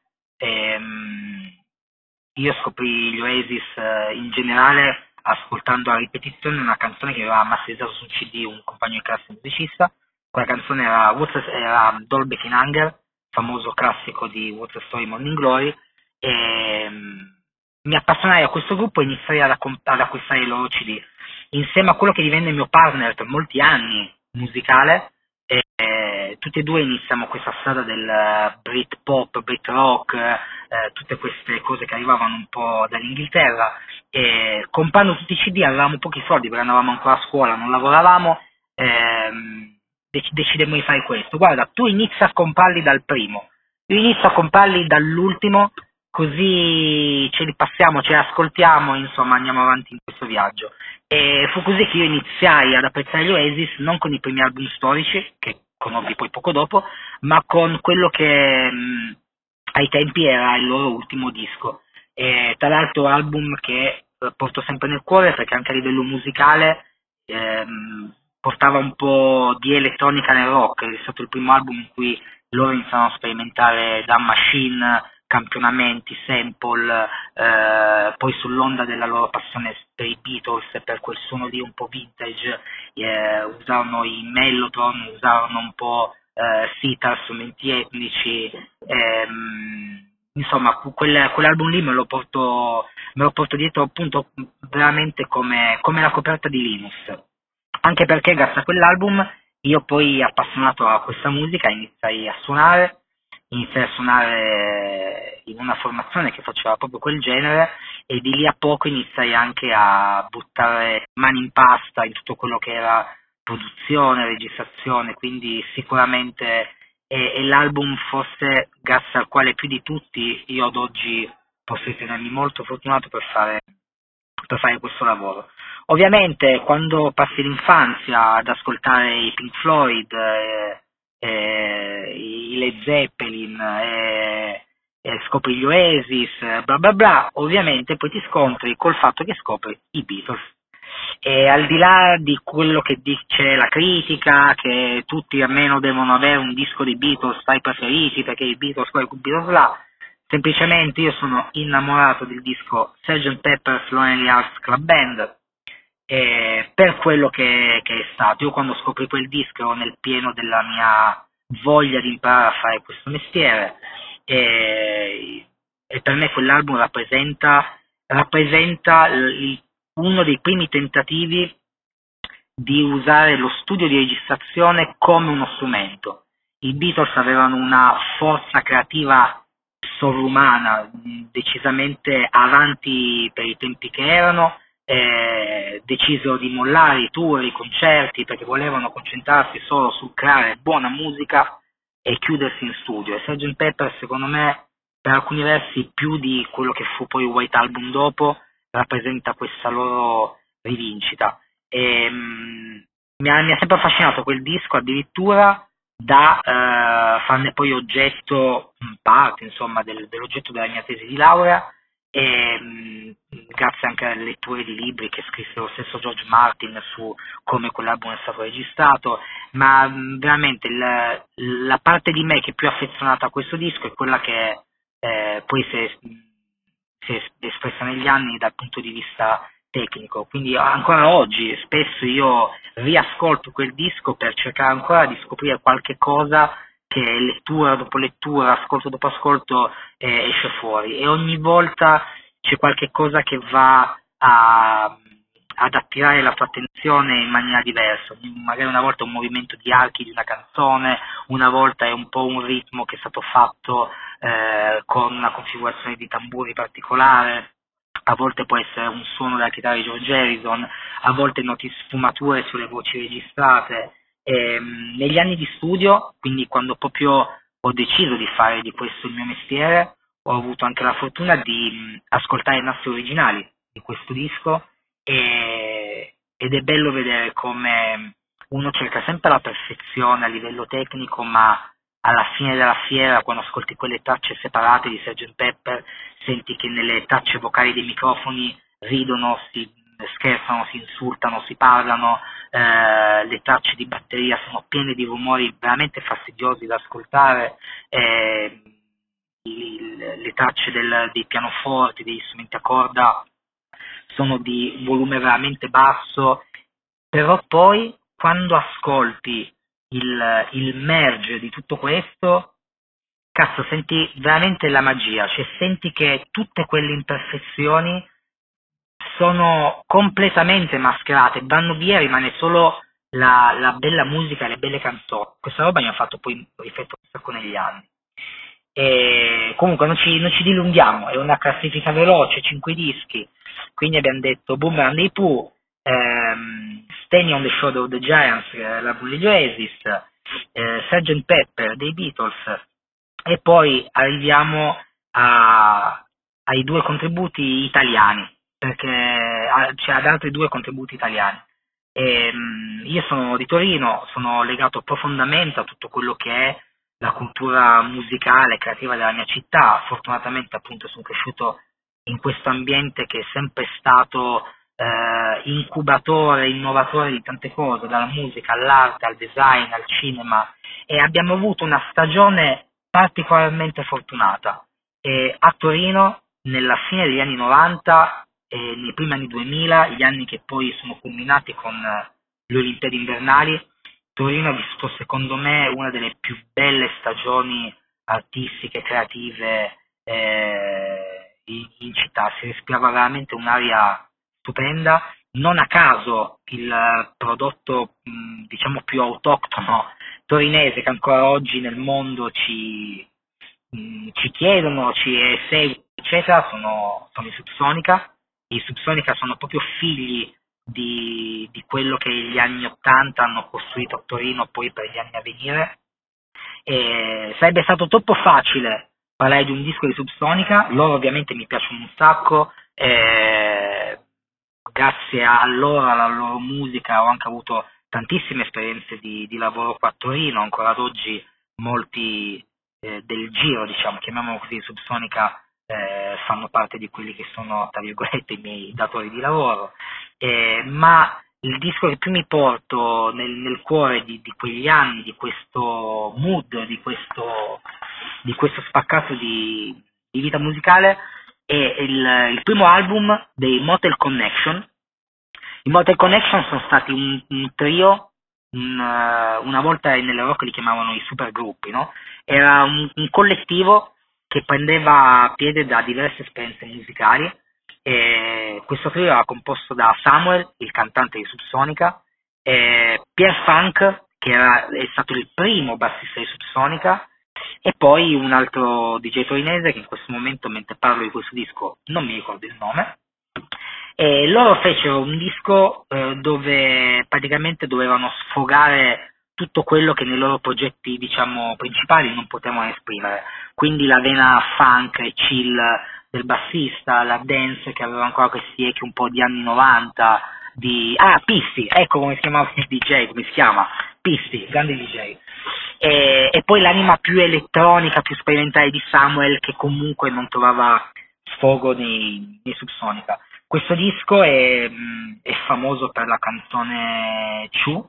ehm, io scoprì gli Oasis eh, in generale ascoltando a ripetizione una canzone che aveva masterizzato su un C D un compagno di classe musicista. Quella canzone era, What's a- era Dolbeck in Hunger, famoso classico di What's a Story Morning Glory, e mm, mi appassionai a questo gruppo e iniziai ad, accom- ad acquistare i loro C D. Insieme a quello che divenne il mio partner per molti anni musicale, eh, tutti e due iniziamo questa strada del eh, Brit pop, Brit rock, eh, tutte queste cose che arrivavano un po' dall'Inghilterra, e comprando tutti i C D avevamo pochi soldi perché andavamo ancora a scuola, non lavoravamo, ehm, dec- decidemmo di fare questo. Guarda, tu inizi a comprarli dal primo, io inizio a comprarli dall'ultimo, così ce li passiamo, ce li ascoltiamo, insomma andiamo avanti in questo viaggio. E fu così che io iniziai ad apprezzare gli Oasis, non con i primi album storici, che conobbi poi poco dopo, ma con quello che mh, ai tempi era il loro ultimo disco. E, tra l'altro album che eh, porto sempre nel cuore, perché anche a livello musicale ehm, portava un po' di elettronica nel rock. È stato il primo album in cui loro iniziano a sperimentare drum machine, campionamenti, sample, eh, poi sull'onda della loro passione per i Beatles, per quel suono lì un po' vintage, eh, usarono i Mellotron, usarono un po' eh, sitar, strumenti etnici, ehm, insomma quel, quell'album lì me lo porto, me lo porto dietro appunto veramente come, come la coperta di Linus, anche perché grazie a quell'album io poi, appassionato a questa musica, iniziai a suonare, iniziai a suonare in una formazione che faceva proprio quel genere, e di lì a poco iniziai anche a buttare mani in pasta in tutto quello che era produzione, registrazione, quindi sicuramente è, è l'album forse grazie al quale più di tutti io ad oggi posso ritenermi molto fortunato per fare, per fare questo lavoro. Ovviamente quando passi l'infanzia ad ascoltare i Pink Floyd, eh, eh, i Led Zeppelin, eh, eh, scopri gli Oasis, bla bla bla, ovviamente poi ti scontri col fatto che scopri i Beatles. E al di là di quello che dice la critica, che tutti almeno devono avere un disco dei Beatles tra i preferiti, perché i Beatles qua e i Beatles là, semplicemente io sono innamorato del disco sergeant Pepper's Lonely Hearts Club Band, eh, per quello che, che è stato. Io quando scopri quel disco ero nel pieno della mia voglia di imparare a fare questo mestiere, e, e per me quell'album rappresenta, rappresenta il, uno dei primi tentativi di usare lo studio di registrazione come uno strumento. I Beatles avevano una forza creativa sovrumana, decisamente avanti per i tempi che erano, eh, decisero di mollare i tour, i concerti, perché volevano concentrarsi solo su creare buona musica e chiudersi in studio. E sergeant Pepper, secondo me, per alcuni versi più di quello che fu poi White Album dopo, rappresenta questa loro rivincita. E, mh, mi, ha, mi ha sempre affascinato quel disco, addirittura da eh, farne poi oggetto, parte insomma del, dell'oggetto della mia tesi di laurea, e mh, grazie anche alle letture di libri che scrisse lo stesso George Martin su come quell'album è stato registrato. Ma mh, veramente il, la parte di me che è più affezionata a questo disco è quella che eh, poi si è, si è espressa negli anni dal punto di vista tecnico, quindi ancora oggi spesso io riascolto quel disco per cercare ancora di scoprire qualche cosa che lettura dopo lettura, ascolto dopo ascolto eh, esce fuori, e ogni volta c'è qualche cosa che va a, ad attirare la tua attenzione in maniera diversa. Magari una volta è un movimento di archi di una canzone, una volta è un po' un ritmo che è stato fatto eh, con una configurazione di tamburi particolare, a volte può essere un suono della chitarra di George Harrison, a volte noti sfumature sulle voci registrate. E, mh, negli anni di studio, quindi quando proprio ho deciso di fare di questo il mio mestiere, ho avuto anche la fortuna di mh, ascoltare i nastri originali di questo disco, e, ed è bello vedere come uno cerca sempre la perfezione a livello tecnico, ma alla fine della fiera, quando ascolti quelle tracce separate di sergeant Pepper, senti che nelle tracce vocali dei microfoni ridono, si scherzano, si insultano, si parlano, eh, le tracce di batteria sono piene di rumori veramente fastidiosi da ascoltare, eh, il, le tracce del, dei pianoforti, degli strumenti a corda sono di volume veramente basso, però poi quando ascolti il, il merge di tutto questo, cazzo, senti veramente la magia, cioè senti che tutte quelle imperfezioni sono completamente mascherate, vanno via, rimane solo la, la bella musica e le belle canzoni. Questa roba mi ha fatto poi riflettere un sacco negli anni. E comunque non ci, non ci dilunghiamo, è una classifica veloce, cinque dischi, quindi abbiamo detto Boomerang dei Pooh, ehm, Standing on the Shoulder of the Giants, eh, l'album degli Oasis, eh, sergeant Pepper dei Beatles, e poi arriviamo a, ai due contributi italiani, perché a, cioè ad altri due contributi italiani. E, mh, io sono di Torino, sono legato profondamente a tutto quello che è la cultura musicale e creativa della mia città. Fortunatamente appunto sono cresciuto in questo ambiente che è sempre stato eh, incubatore, innovatore di tante cose, dalla musica all'arte, al design, al cinema, e abbiamo avuto una stagione particolarmente fortunata. E a Torino, nella fine degli anni novanta e nei primi anni duemila, gli anni che poi sono culminati con le Olimpiadi invernali, Torino ha vissuto secondo me una delle più belle stagioni artistiche, creative eh, in, in città, si respirava veramente un'aria stupenda. Non a caso il prodotto mh, diciamo più autoctono torinese che ancora oggi nel mondo ci, mh, ci chiedono, ci seguono, eccetera, sono, sono i Subsonica. I Subsonica sono proprio figli di, di quello che gli anni Ottanta hanno costruito a Torino poi per gli anni a venire. E sarebbe stato troppo facile parlare di un disco di Subsonica, loro ovviamente mi piacciono un sacco, eh, grazie a loro, alla loro musica ho anche avuto tantissime esperienze di, di lavoro qua a Torino, ancora ad oggi molti eh, del giro, diciamo, chiamiamolo così, Subsonica eh, fanno parte di quelli che sono, tra virgolette, i miei datori di lavoro, eh, ma il disco che più mi porto nel, nel cuore di, di quegli anni, di questo mood, di questo, di questo spaccato di, di vita musicale, è il, il primo album dei Motel Connection. I Motel Connection sono stati un, un trio, un, uh, una volta nelle rock li chiamavano i supergruppi, no? Era un, un collettivo che prendeva piede da diverse esperienze musicali. E questo trio era composto da Samuel, il cantante di Subsonica, e Pierre Funk, che era, è stato il primo bassista di Subsonica, e poi un altro D J torinese che in questo momento, mentre parlo di questo disco, non mi ricordo il nome. E loro fecero un disco eh, dove praticamente dovevano sfogare tutto quello che nei loro progetti, diciamo, principali non potevano esprimere, quindi la vena funk e chill del bassista, la dance che aveva ancora questi echi un po' di anni novanta, di... ah, Pisti, ecco come si chiamava il D J, come si chiama? Pisti, grande D J. E, e poi l'anima più elettronica, più sperimentale di Samuel, che comunque non trovava sfogo nei, nei Subsonica. Questo disco è, è famoso per la canzone Ciu,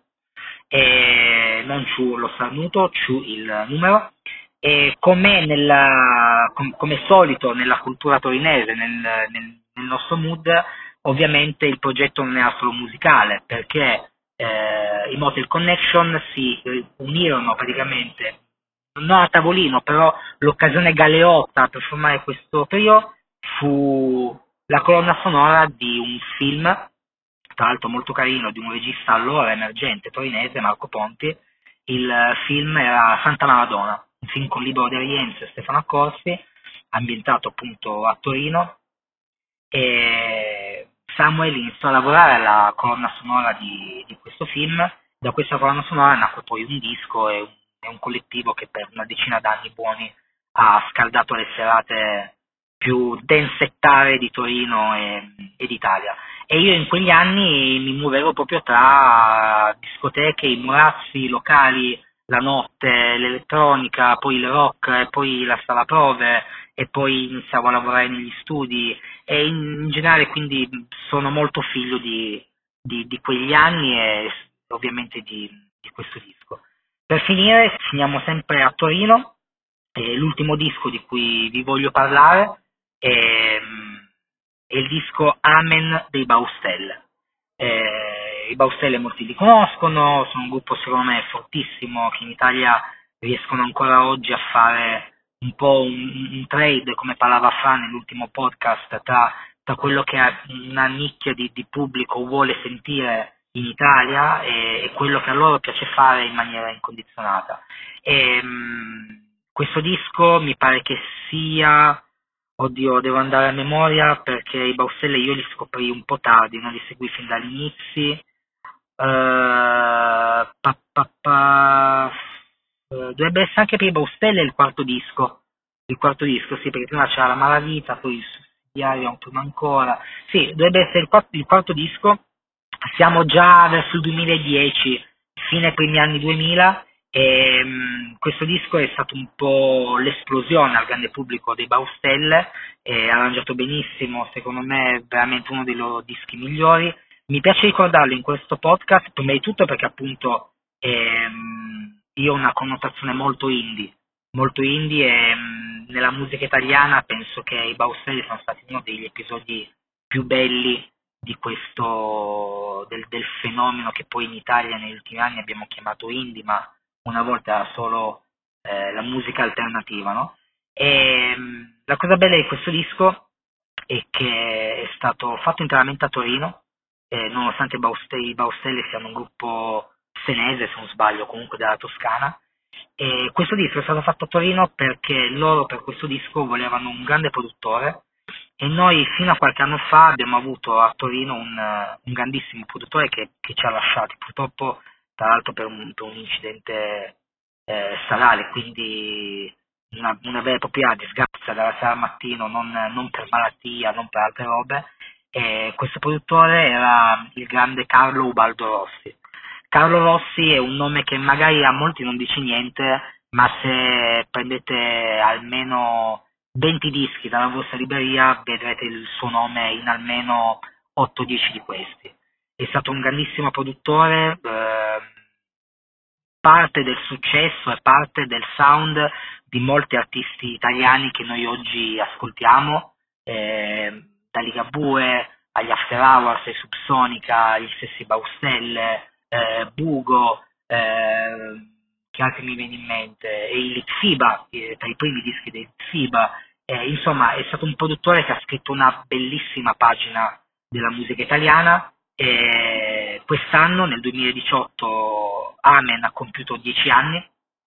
e non Ciu lo starnuto, Ciu il numero, e come, nella, com, come solito nella cultura torinese, nel, nel, nel nostro mood, ovviamente il progetto non era solo musicale, perché eh, i Motel Connection si unirono praticamente, non a tavolino, però l'occasione galeotta per formare questo trio fu la colonna sonora di un film, tra l'altro molto carino, di un regista allora emergente torinese, Marco Ponti. Il film era Santa Maradona, un film con Libero De Rienzi e Stefano Accorsi, ambientato appunto a Torino, e Samuel iniziò a lavorare alla colonna sonora di, di questo film. Da questa colonna sonora nacque poi un disco e un, e un collettivo che per una decina d'anni buoni ha scaldato le serate più densettare di Torino e, e d'Italia. E io in quegli anni mi muovevo proprio tra discoteche, i murazzi locali, la notte, l'elettronica, poi il rock, e poi la sala prove, e poi iniziavo a lavorare negli studi, e in, in generale quindi sono molto figlio di, di, di quegli anni e ovviamente di, di questo disco. Per finire, finiamo sempre a Torino, e l'ultimo disco di cui vi voglio parlare è, è il disco Amen dei Baustelle. Eh, I Baustelle molti li conoscono, sono un gruppo secondo me fortissimo, che in Italia riescono ancora oggi a fare un po' un, un trade, come parlava Fra nell'ultimo podcast, tra, tra quello che una nicchia di, di pubblico vuole sentire in Italia e, e quello che a loro piace fare in maniera incondizionata. E, mh, questo disco mi pare che sia... Oddio, devo andare a memoria perché i Baustelle io li scoprì un po' tardi, non li seguì fin dagli inizi. Uh, pa, pa, pa, uh, dovrebbe essere anche per i Baustelle il quarto disco. Il quarto disco, sì, perché prima c'era La Malavita, poi il Sussidiario, prima ancora. Sì, dovrebbe essere il quarto, il quarto disco. Siamo già verso il duemiladieci, fine primi anni duemila. E, um, questo disco è stato un po' l'esplosione al grande pubblico dei Baustelle, è arrangiato benissimo, secondo me è veramente uno dei loro dischi migliori. Mi piace ricordarlo in questo podcast, prima di tutto perché appunto ehm, io ho una connotazione molto indie, molto indie e mh, nella musica italiana penso che i Baustelle sono stati uno degli episodi più belli di questo del, del fenomeno che poi in Italia negli ultimi anni abbiamo chiamato indie, ma una volta era solo eh, la musica alternativa, no? E mh, la cosa bella di questo disco è che è stato fatto interamente a Torino, eh, nonostante i Bauste- i Baustelli siano un gruppo senese, se non sbaglio, comunque della Toscana. E questo disco è stato fatto a Torino perché loro per questo disco volevano un grande produttore, e noi fino a qualche anno fa abbiamo avuto a Torino un, eh, un grandissimo produttore che, che ci ha lasciati, purtroppo tra l'altro per un, per un incidente eh, stradale, quindi una, una vera e propria disgrazia dalla sera al mattino, non, non per malattia, non per altre robe. E questo produttore era il grande Carlo Ubaldo Rossi. Carlo Rossi è un nome che magari a molti non dice niente, ma se prendete almeno venti dischi dalla vostra libreria vedrete il suo nome in almeno otto dieci di questi. È stato un grandissimo produttore, eh, parte del successo e parte del sound di molti artisti italiani che noi oggi ascoltiamo, eh, da Ligabue agli After Hours, ai Subsonica, gli stessi Baustelle, eh, Bugo, eh, che altri mi viene in mente, e i Litfiba, eh, tra i primi dischi dei Litfiba. Eh, insomma, è stato un produttore che ha scritto una bellissima pagina della musica italiana. E quest'anno, nel duemiladiciotto, Amen ha compiuto dieci anni,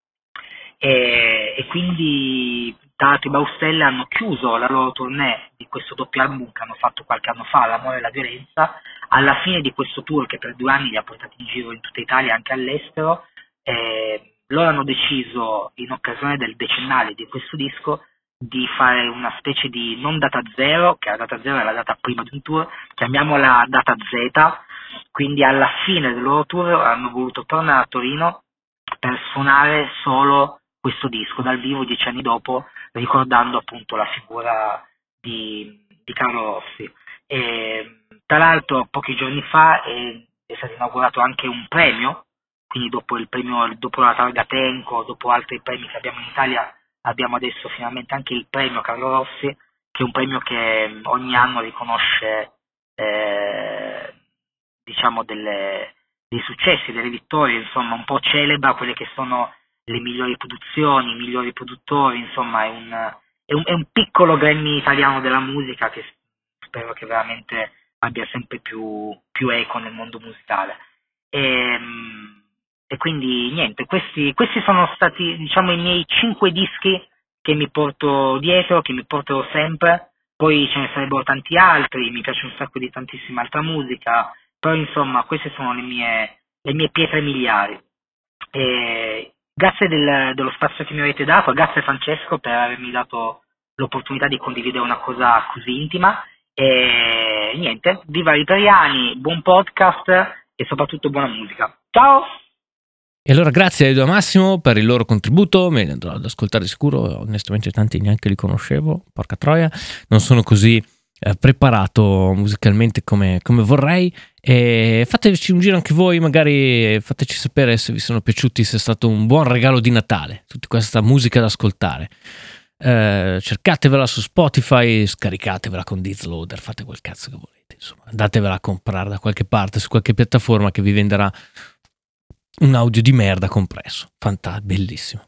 e, e quindi tra l'altro i Baustelle hanno chiuso la loro tournée di questo doppio album che hanno fatto qualche anno fa, L'amore e la violenza. Alla fine di questo tour, che per due anni li ha portati in giro in tutta Italia e anche all'estero, eh, loro hanno deciso, in occasione del decennale di questo disco, di fare una specie di non data zero, che la data zero è la data prima di un tour, chiamiamola data Z. Quindi alla fine del loro tour hanno voluto tornare a Torino per suonare solo questo disco dal vivo dieci anni dopo, ricordando appunto la figura di, di Carlo Rossi. E, tra l'altro pochi giorni fa è, è stato inaugurato anche un premio, quindi dopo il premio, dopo la targa Tenco, dopo altri premi che abbiamo in Italia, abbiamo adesso finalmente anche il premio Carlo Rossi, che è un premio che ogni anno riconosce eh, diciamo delle, dei successi, delle vittorie, insomma un po' celebra quelle che sono le migliori produzioni, i migliori produttori, insomma è un, è un, è un piccolo Grammy italiano della musica che spero che veramente abbia sempre più, più eco nel mondo musicale. E, e quindi niente, questi, questi sono stati, diciamo, i miei cinque dischi che mi porto dietro, che mi porterò sempre. Poi ce ne sarebbero tanti altri, mi piace un sacco di tantissima altra musica, però insomma queste sono le mie, le mie pietre miliari. E grazie del, dello spazio che mi avete dato, grazie Francesco per avermi dato l'opportunità di condividere una cosa così intima. E niente, viva gli italiani, buon podcast e soprattutto buona musica. Ciao! E allora grazie a Edo e Massimo per il loro contributo, me li andrò ad ascoltare sicuro, onestamente tanti neanche li conoscevo, porca troia, non sono così eh, preparato musicalmente come, come vorrei. E fateci un giro anche voi, magari fateci sapere se vi sono piaciuti, se è stato un buon regalo di Natale, tutta questa musica da ascoltare. Eh, cercatevela su Spotify, scaricatevela con Dizloader, fate quel cazzo che volete, insomma, andatevela a comprare da qualche parte, su qualche piattaforma che vi venderà un audio di merda compresso. Fanta, bellissimo.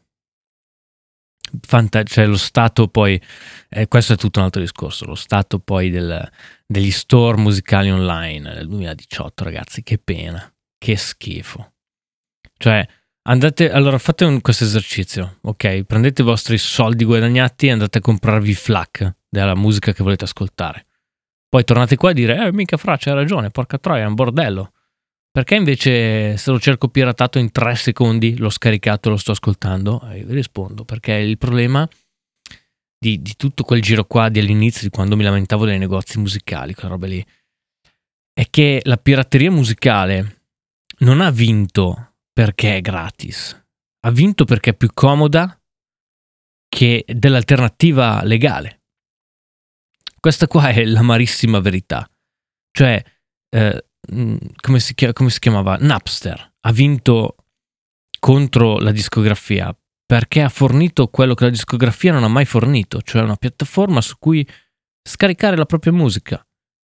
Fanta, cioè lo stato poi, eh, questo è tutto un altro discorso, lo stato poi del, degli store musicali online nel duemiladiciotto, ragazzi, che pena, che schifo. Cioè, andate, allora fate un, questo esercizio, ok? Prendete i vostri soldi guadagnati e andate a comprarvi F L A C della musica che volete ascoltare. Poi tornate qua a dire, eh, mica Fra, c'hai ragione, porca troia, è un bordello. Perché invece se lo cerco piratato in tre secondi, l'ho scaricato e lo sto ascoltando? E vi rispondo, perché il problema di, di tutto quel giro qua di all'inizio, di quando mi lamentavo dei negozi musicali, quelle robe lì, è che la pirateria musicale non ha vinto perché è gratis, ha vinto perché è più comoda che dell'alternativa legale. Questa qua è l'amarissima verità. Cioè, eh, come si, chiama, come si chiamava? Napster ha vinto contro la discografia perché ha fornito quello che la discografia non ha mai fornito, cioè una piattaforma su cui scaricare la propria musica.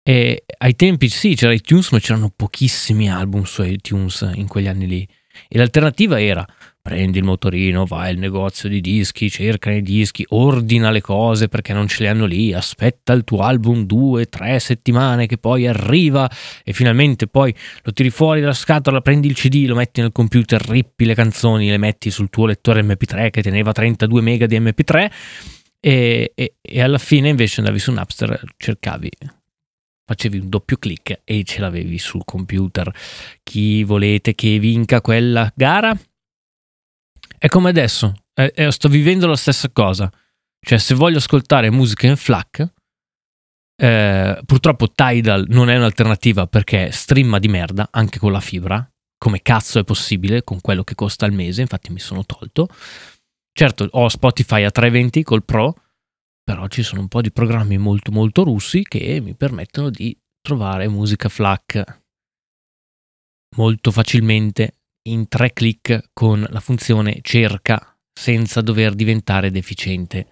E ai tempi sì, c'era iTunes, ma c'erano pochissimi album su iTunes in quegli anni lì. E l'alternativa era: prendi il motorino, vai al negozio di dischi, cerca i dischi, ordina le cose perché non ce le hanno lì, aspetta il tuo album due, tre settimane che poi arriva e finalmente poi lo tiri fuori dalla scatola, prendi il C D, lo metti nel computer, rippi le canzoni, le metti sul tuo lettore M P tre che teneva trentadue mega di M P tre e, e, e alla fine invece andavi su Napster, cercavi, facevi un doppio clic e ce l'avevi sul computer. Chi volete che vinca quella gara? È come adesso, eh, eh, sto vivendo la stessa cosa. Cioè, se voglio ascoltare musica in FLAC, eh, purtroppo Tidal non è un'alternativa perché streama di merda anche con la fibra. Come cazzo è possibile con quello che costa al mese? Infatti mi sono tolto. Certo, ho Spotify a tre venti col Pro, però ci sono un po' di programmi molto molto russi che mi permettono di trovare musica FLAC molto facilmente in tre clic con la funzione cerca, senza dover diventare deficiente.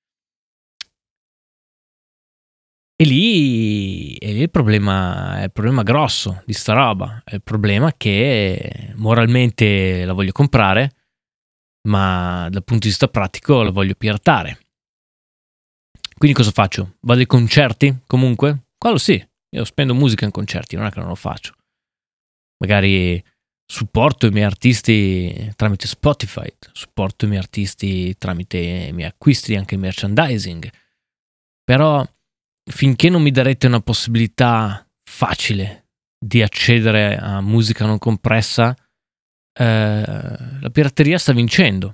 E lì, e lì il problema è il problema grosso di sta roba. È il problema che moralmente la voglio comprare, ma dal punto di vista pratico la voglio pirattare. Quindi cosa faccio? Vado ai concerti comunque? Quello sì, io spendo musica in concerti, non è che non lo faccio. Magari supporto i miei artisti tramite Spotify, supporto i miei artisti tramite i miei acquisti, anche il merchandising. Però finché non mi darete una possibilità facile di accedere a musica non compressa, eh, la pirateria sta vincendo.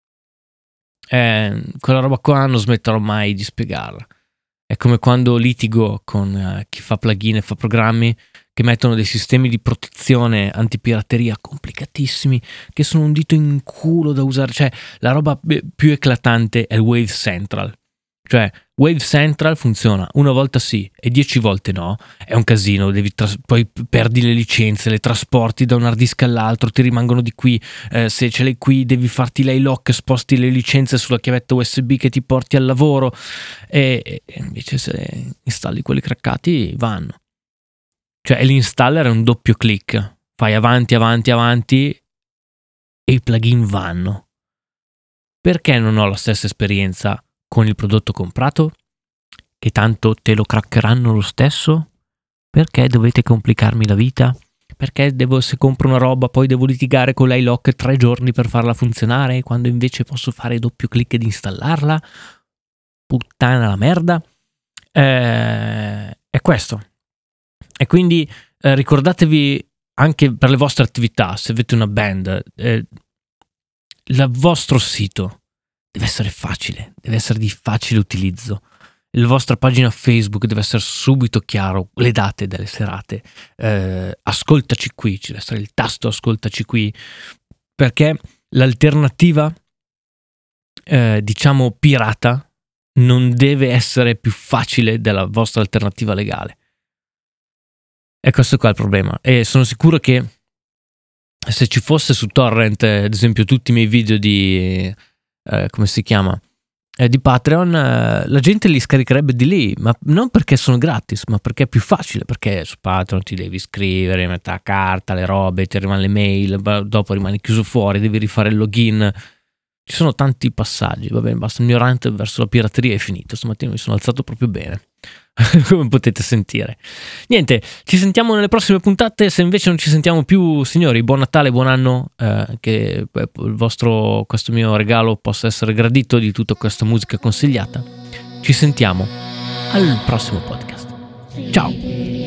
Eh, quella roba qua non smetterò mai di spiegarla. È come quando litigo con uh, chi fa plugin e fa programmi che mettono dei sistemi di protezione antipirateria complicatissimi che sono un dito in culo da usare. Cioè, la roba più eclatante è il Wave Central. Cioè, Wave Central funziona una volta sì e dieci volte no. È un casino, devi tras- poi perdi le licenze, le trasporti da un hard disk all'altro, ti rimangono di qui. Eh, se ce l'hai qui devi farti l'iLock, sposti le licenze sulla chiavetta U S B che ti porti al lavoro. E, e invece se installi quelli craccati vanno. Cioè, l'installer è un doppio clic. Fai avanti, avanti, avanti e i plugin vanno. Perché non ho la stessa esperienza con il prodotto comprato? Che tanto te lo craccheranno lo stesso? Perché dovete complicarmi la vita? Perché devo, se compro una roba poi devo litigare con l'iLock tre giorni per farla funzionare, quando invece posso fare doppio clic ed installarla? Puttana la merda. Eh, è questo. E quindi eh, ricordatevi anche per le vostre attività, se avete una band, eh, il vostro sito deve essere facile, deve essere di facile utilizzo. La vostra pagina Facebook deve essere subito chiaro, le date delle serate. Eh, ascoltaci qui, ci deve essere il tasto ascoltaci qui, perché l'alternativa, eh, diciamo pirata, non deve essere più facile della vostra alternativa legale. E questo qua è il problema. E sono sicuro che se ci fosse su torrent, ad esempio, tutti i miei video di eh, come si chiama? Eh, di Patreon, eh, la gente li scaricherebbe di lì, ma non perché sono gratis, ma perché è più facile, perché su Patreon ti devi scrivere, mettere la carta, le robe, ti arrivano le mail, dopo rimani chiuso fuori, devi rifare il login. Ci sono tanti passaggi, va bene, basta, il mio rant verso la pirateria è finito. Stamattina mi sono alzato proprio bene, come potete sentire. Niente, ci sentiamo nelle prossime puntate. Se invece non ci sentiamo più, signori, buon Natale, buon anno, eh, che eh, il vostro, questo mio regalo possa essere gradito di tutta questa musica consigliata. Ci sentiamo al prossimo podcast. Ciao!